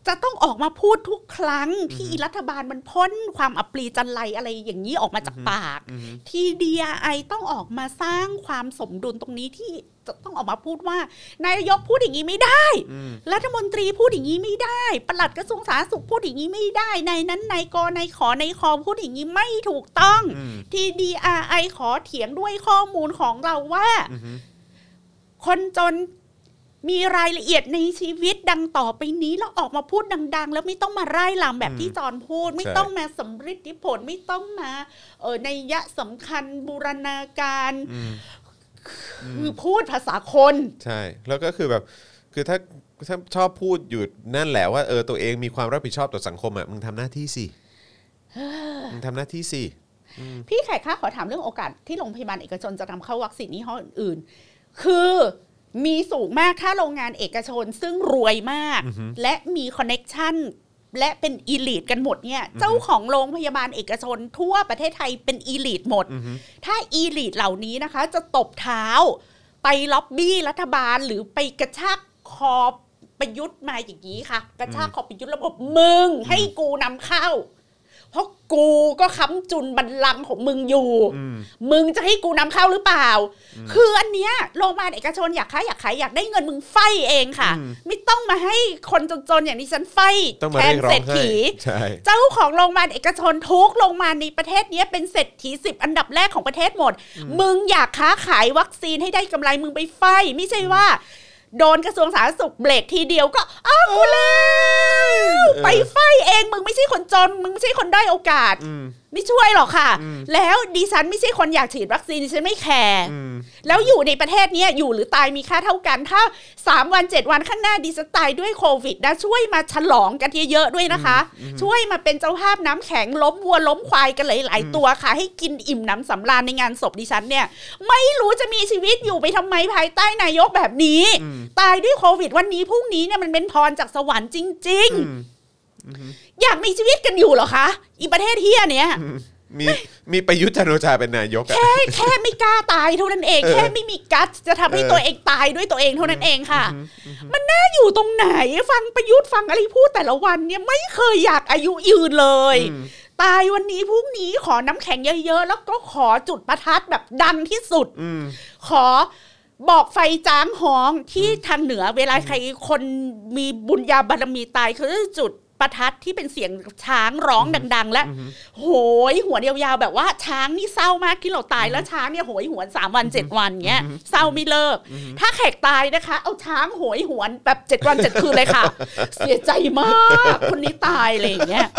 จะต้องออกมาพูดทุกครั้งที่รัฐบาลมันพ้นความอับปรีจันไรอะไรอย่างนี้ออกมาจากปากที่ ดี อาร์ ไอ ต้องออกมาสร้างความสมดุลตรงนี้ที่จะต้องออกมาพูดว่านายกพูดอย่างนี้ไม่ได้รัฐมนตรีพูดอย่างนี้ไม่ได้ปลัดกระทรวงสาธารณสุขพูดอย่างนี้ไม่ได้นายนั้นนายกนายขอนายคอพูดอย่างนี้ไม่ถูกต้องที่ ดี อาร์ ไอ ขอเถียงด้วยข้อมูลของเราว่าคนจนมีรายละเอียดในชีวิตดังต่อไปนี้แล้วออกมาพูดดังๆแล้วไม่ต้องมาร่ายรำแบบที่จอนพูดไม่ต้องมาสำฤทธิผลไม่ต้องมาเออนัยยะสำคัญบูรณาการคือพูดภาษาคนใช่แล้วก็คือแบบคือถ้าถ้าชอบพูดอยู่นั่นแหละว่าเออตัวเองมีความรับผิดชอบต่อสังคมอ่ะมึงทำหน้าที่สิมึงทำหน้าที่สิพี่แขกคะขอถามเรื่องโอกาสที่โรงพยาบาลเอกชนจะนำเข้าวัคซีนยี่ห้ออื่นๆคือมีสูงมากถ้าโรงงานเอกชนซึ่งรวยมากและมีคอนเน็กชันและเป็นอีลิทกันหมดเนี่ยเจ้าของโรงพยาบาลเอกชนทั่วประเทศไทยเป็นอีลิทหมดถ้าอีลิทเหล่านี้นะคะจะตบเท้าไปล็อบบี้รัฐบาลหรือไปกระชากคอประยุทธ์มาอย่างนี้ค่ะกระชากคอประยุทธ์ระบบมึงให้กูนำเข้าเพราะกูก็ค้ำจุนบัลลังก์ของมึงอยู่มึงจะให้กูนำเข้าหรือเปล่าคืออันเนี้ยโรงพยาบาลเอกชนอยากขายอยากขายอยากได้เงินมึงไฟเองค่ะไม่ต้องมาให้คนจนๆอย่างนี้ฉันไฟแทนเศรษฐีเจ้าของโรงพยาบาลเอกชนทุกโรงพยาบาลในประเทศนี้เป็นเศรษฐีสิบอันดับแรกของประเทศหมดมึงอยากค้าขายวัคซีนให้ได้กำไรมึงไปไฟไม่ใช่ว่าโดนกระทรวงสาธารณสุขเบรกทีเดียวก็อ้าวกูแล้วไปไฟเองมึงไม่ใช่คนจนมึงไม่ใช่คนด้อยโอกาสไม่ช่วยหรอกค่ะแล้วดิฉันไม่ใช่คนอยากฉีดวัคซีนดิฉันไม่แคร์แล้วอยู่ในประเทศนี้อยู่หรือตายมีค่าเท่ากันถ้าสามวันเจ็ดวันข้างหน้าดิฉันตายด้วยโควิดนะช่วยมาฉลองกันเยอะๆด้วยนะคะช่วยมาเป็นเจ้าภาพน้ำแข็งล้มวัวล้มควายกันหลายๆตัวค่ะให้กินอิ่มน้ำสำราญในงานศพดิฉันเนี่ยไม่รู้จะมีชีวิตอยู่ไปทำไมภายใต้นายกแบบนี้ตายด้วยโควิดวันนี้พรุ่งนี้เนี่ยมันเป็นพรจากสวรรค์จริงๆอยากมีชีวิตกันอยู่เหรอคะอีประเทศเฮียเนี้ยมีมีประยุทธ์จันทร์โอชาเป็นนายกแค่แค่ไม่กล้าตายเท่านั้นเองแค่ไม่มีกัสจะทำให้ตัวเองตายด้วยตัวเองเท่านั้นเองค่ะมันน่าอยู่ตรงไหนฟังประยุทธ์ฟังอะไรพูดแต่ละวันเนี่ยไม่เคยอยากอายุยืนเลยตายวันนี้พรุ่งนี้ขอน้ำแข็งเยอะๆแล้วก็ขอจุดประทัดแบบดังที่สุดขอบอกไฟจ้างหองที่ทางเหนือเวลาใครคนมีบุญญาบารมีตายเขาจะจุดประทัดที่เป็นเสียงช้างร้องดังๆและโหยหวนยาวๆแบบว่าช้างนี่เศร้ามากที่เราตายแล้วช้างเนี่ยโหยหวนสามวันเจ็ดวันเงี้ยเศร้าไม่เลิกถ้าแขกตายนะคะเอาช้างโหยหวนแบบเจ็ดวันเจ็ดคืนเลยค่ะเสียใจมากคนนี้ตายอะไรอย่างเงี้ย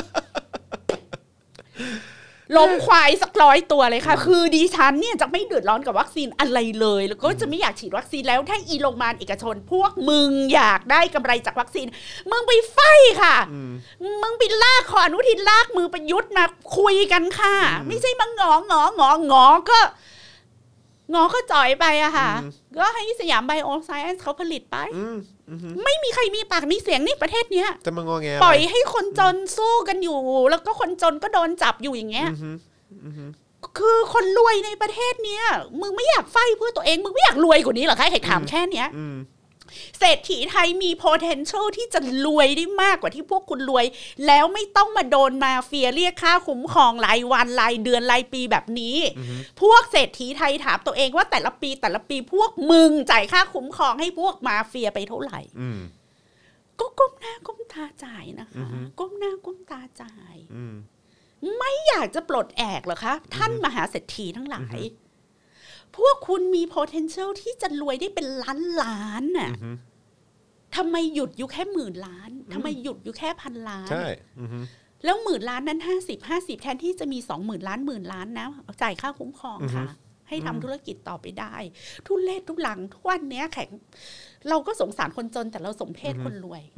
ล้มควายสักร้อยตัวเลยค่ะคือดิฉันเนี่ยจะไม่เดือดร้อนกับวัคซีนอะไรเลยแล้วก็จะไม่อยากฉีดวัคซีนแล้วถ้าอีโรงพยาบาลเอกชนพวกมึงอยากได้กำไรจากวัคซีนมึงไปไฟค่ะมึงไปลากขออนุทินลากมือประยุทธ์มาคุยกันค่ะไม่ใช่มางองงองงองอก็งอก็จ่อยไปอะค่ะก็ให้สยามไบโอไซเอนซ์เขาผลิตไปไม่มีใครมีปากมีเสียงนี่ประเทศเนี้ยจะมางอแงปล่อยให้คนจนสู้กันอยู่แล้วก็คนจนก็โดนจับอยู่อย่างเงี้ยคือคนรวยในประเทศเนี้ยมึงไม่อยากไฟเพื่อตัวเองมึงไม่อยากรวยกว่านี้หรอคะใครถามแค่เนี้ยเศรษฐีไทยมี potential ที่จะรวยได้มากกว่าที่พวกคุณรวยแล้วไม่ต้องมาโดนมาเฟียเรียกค่าคุ้มครองรายวันรายเดือนรายปีแบบนี้พวกเศรษฐีไทยถามตัวเองว่าแต่ละปีแต่ละปีพวกมึงจ่ายค่าคุ้มครองให้พวกมาเฟียไปเท่าไหร่ก็ก้มหน้าก้มตาจ่ายนะคะก้มหน้าก้มตาจ่ายไม่อยากจะปลดแอกเหรอคะท่านมหาเศรษฐีทั้งหลายพวกคุณมี potential ที่จะรวยได้เป็นล้านล้านน่ะทำไมหยุดอยู่แค่หมื่นล้านทำไมหยุดอยู่แค่พันล้านใช่แล้วหมื่นล้านนั้นห้าสิบ ห้าสิบแทนที่จะมีสองหมื่นล้านหมื่นล้านนะจ่ายค่าคุ้มครองค่ะให้ทำธุรกิจต่อไปได้ทุเรศทุลังทุกวันเนี้ยแข่งเราก็สงสารคนจนแต่เราสมเพชคนรวย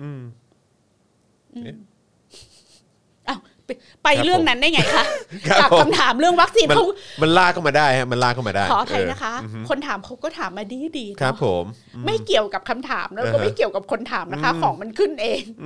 อ้าวไปเรื่องนั้นได้ไงคะจากคำถามเรื่องวัคซีนเขามันลากเข้ามาได้ฮะมันลากเข้ามาได้ขออภัยนะคะคนถามเขาก็ถามมาดีๆครับผมไม่เกี่ยวกับคำถามแล้วก็ไม่เกี่ยวกับคนถามนะคะของมันขึ้นเอง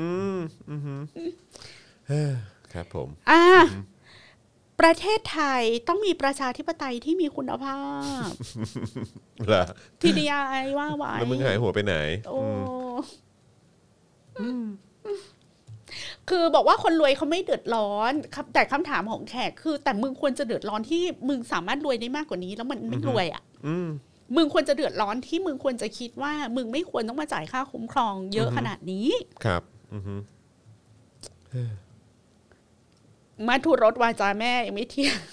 ครับผมอ่าประเทศไทยต้องมีประชาธิปไตยที่มีคุณภาพเหรอที ดี อาร์ ไอ ว่าไว้แล้วมึงหายหัวไปไหนโอ้คือบอกว่าคนรวยเขาไม่เดือดร้อนแต่คำถามของแขกคือแต่มึงควรจะเดือดร้อนที่มึงสามารถรวยได้มากกว่านี้แล้วมันไม่รวยอ่ะมึงควรจะเดือดร้อนที่มึงควรจะคิดว่ามึงไม่ควรต้องมาจ่ายค่าคุ้มครองเยอะขนาดนี้ครับมาทุรสวาจาแม่ยังไม่เที่ยง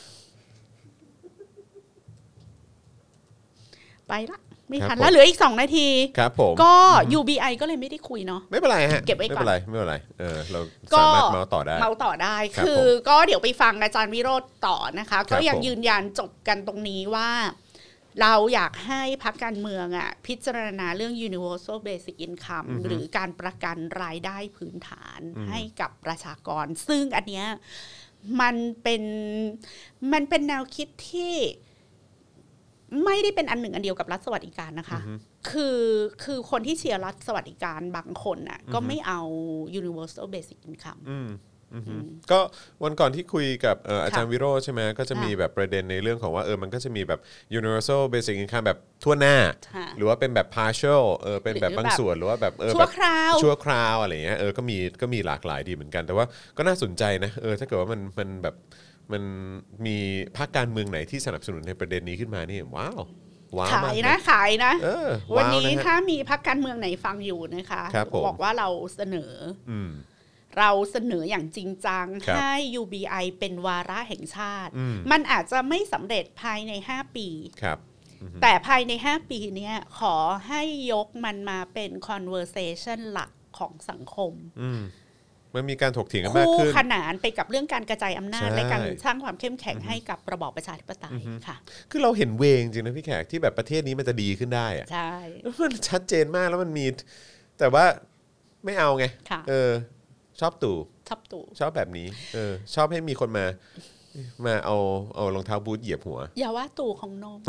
ไปละไม่ทันแล้วเหลืออีกสองนาทีครับผมก็ ยู บี ไอ ก็เลยไม่ได้คุยเนาะไม่เป็นไรฮะเก็บไว้ก่อนไม่เป็นไรไม่เป็นไรเออเราสามารถเมาต่อได้เมาต่อได้คือก็เดี๋ยวไปฟังอาจารย์วิโรจน์ต่อนะคะก็ยังยืนยันจบกันตรงนี้ว่าเราอยากให้พรรคการเมืองอ่ะพิจารณาเรื่อง universal basic income หรือการประกันรายได้พื้นฐานให้กับประชากรซึ่งอันเนี้ยมันเป็นมันเป็นแนวคิดที่ไม่ได้เป็นอันหนึ่งอันเดียวกับรัฐสวัสดิการนะคะคือคือคนที่เชียร์รัฐสวัสดิการบางคนน่ะก็ไม่เอา universal basic income ก็วันก่อนที่คุยกับอาจารย์วิโรจน์ใช่ไหมก็จะมีแบบประเด็นในเรื่องของว่าเออมันก็จะมีแบบ universal basic income แบบทั่วหน้าหรือว่าเป็นแบบ partial เออเป็นแบบบางส่วนหรือว่าแบบเออชั่วคราวชั่วคราวอะไรเงี้ยเออก็มีก็มีหลากหลายดีเหมือนกันแต่ว่าก็น่าสนใจนะเออถ้าเกิดว่ามันมันแบบมันมีพรรคการเมืองไหนที่สนับสนุนในประเด็นนี้ขึ้นมานี่ว้าวขายนะขายนะวันนี้ถ้ามีพรรคการเมืองไหนฟังอยู่นะคะบอกว่าเราเสนอเราเสนออย่างจริงจังให้ ยู บี ไอ เป็นวาระแห่งชาติมันอาจจะไม่สำเร็จภายในห้าปีแต่ภายในห้าปีนี้ขอให้ยกมันมาเป็น conversation หลักของสังคมมันมีการถกเถียงกันมากขึ้นคู่ขนานไปกับเรื่องการกระจายอำนาจและการสร้างความเข้มแข็งให้กับระบอบประชาธิปไตยค่ะคือเราเห็นเวงจริงนะพี่แขกที่แบบประเทศนี้มันจะดีขึ้นได้อะใช่มันชัดเจนมากแล้วมันมีแต่ว่าไม่เอาไงเออชอบตู่ชอบตู่ชอบแบบนี้เออชอบให้มีคนมามาเอาเอารองเท้าบูทเหยียบหัวอย่าว่าตู่ของนม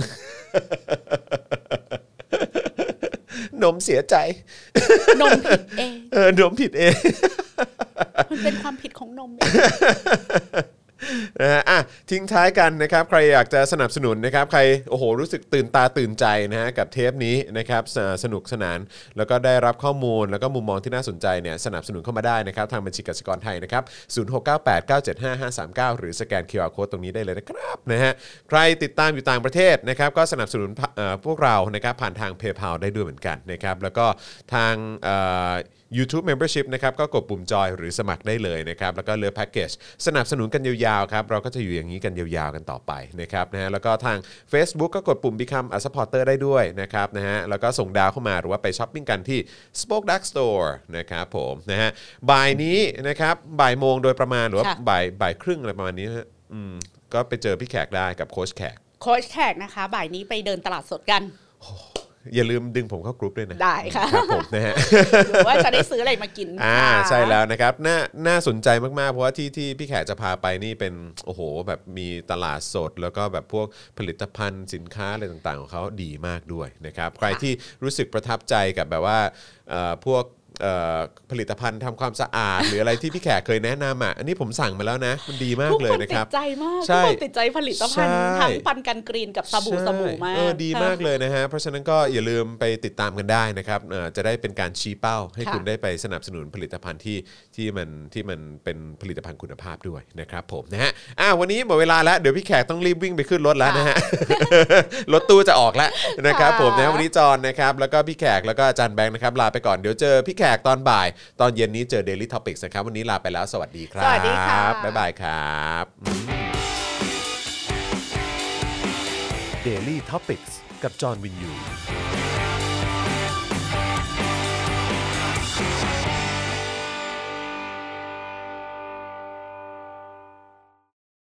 นมเสียใจนมผิดเองเออนมผิดเองมันเป็นความผิดของนมเองนะฮะอ่ะทิ้งท้ายกันนะครับใครอยากจะสนับสนุนนะครับใครโอ้โหรู้สึกตื่นตาตื่นใจนะฮะกับเทปนี้นะครับสนุกสนานแล้วก็ได้รับข้อมูลแล้วก็มุมมองที่น่าสนใจเนี่ยสนับสนุนเข้ามาได้นะครับทางบัญชีกสิกรไทยนะครับศูนย์ หก เก้า แปด เก้า เจ็ด ห้า ห้า สาม เก้าหรือสแกน คิว อาร์ Code ตรงนี้ได้เลยนะครับนะฮะใครติดตามอยู่ต่างประเทศนะครับก็สนับสนุนพวกเรานะครับผ่านทาง PayPal ได้ด้วยเหมือนกันนะครับแล้วก็ทางYouTube Membership นะครับก็กดปุ่มจอยหรือสมัครได้เลยนะครับแล้วก็เลือกแพ็คเกจสนับสนุนกันยาวๆครับเราก็จะอยู่อย่างนี้กันยาวๆกันต่อไปนะครับนะฮะแล้วก็ทาง Facebook ก็กดปุ่ม Become a Supporter ได้ด้วยนะครับนะฮะแล้วก็ส่งดาวเข้ามาหรือว่าไปช้อปปิ้งกันที่ Spoke Dark Store นะครับผมนะฮะบ่ายนี้นะครับบ่ายโมงโดยประมาณหรือว่าบ่ายบ่ายครึ่งอะไรประมาณนี้ฮะอืมก็ไปเจอพี่แขกได้กับโค้ชแขกโค้ชแขกนะคะบ่ายนี้ไปเดินตลาดสดกันอย่าลืมดึงผมเข้ากรุ๊ปด้วยนะได้ค่ะครับผมนะฮะหรือว่าจะได้ซื้ออะไรมากินอ่าใช่แล้วนะครับน่าน่าสนใจมากๆเพราะว่าที่ที่พี่แขกจะพาไปนี่เป็นโอ้โหแบบมีตลาดสดแล้วก็แบบพวกผลิตภัณฑ์สินค้าอะไรต่างๆของเขาดีมากด้วยนะครับใครที่รู้สึกประทับใจกับแบบว่าพวกผลิตภัณฑ์ทำความสะอาดหรืออะไรที่พี่แขกเคยแนะนำอ่ะอันนี้ผมสั่งมาแล้วนะมันดีมากเลยนะครับทุกคนติดใจมากทุกคนติดใจผลิตภัณฑ์ทั้งปันกันกรีนกับสบู่สบู่มากเออดีมากเลยนะฮะเพราะฉะนั้นก็อย่าลืมไปติดตามกันได้นะครับจะได้เป็นการชี้เป้าให้คุณได้ไปสนับสนุนผลิตภัณฑ์ที่ที่มันที่มันเป็นผลิตภัณฑ์คุณภาพด้วยนะครับผมนะฮะอ่ะวันนี้หมดเวลาแล้วเดี๋ยวพี่แขกต้องรีบวิ่งไปขึ้นรถแล้วนะฮะรถตู้จะออกแล้วนะครับผมนะวันนี้จอนนะครับแล้วก็พี่แขกแล้วก็อาจารย์แบงค์นะครับลาไปก่อนเดี๋ยวเจอพี่แขกตอนบ่ายตอนเย็นนี้เจอ Daily Topics นะครับวันนี้ลาไปแล้วสวัสดีครับสวัสดีค่ะบ๊ายบายครับ Daily Topics กับจอห์นวินยู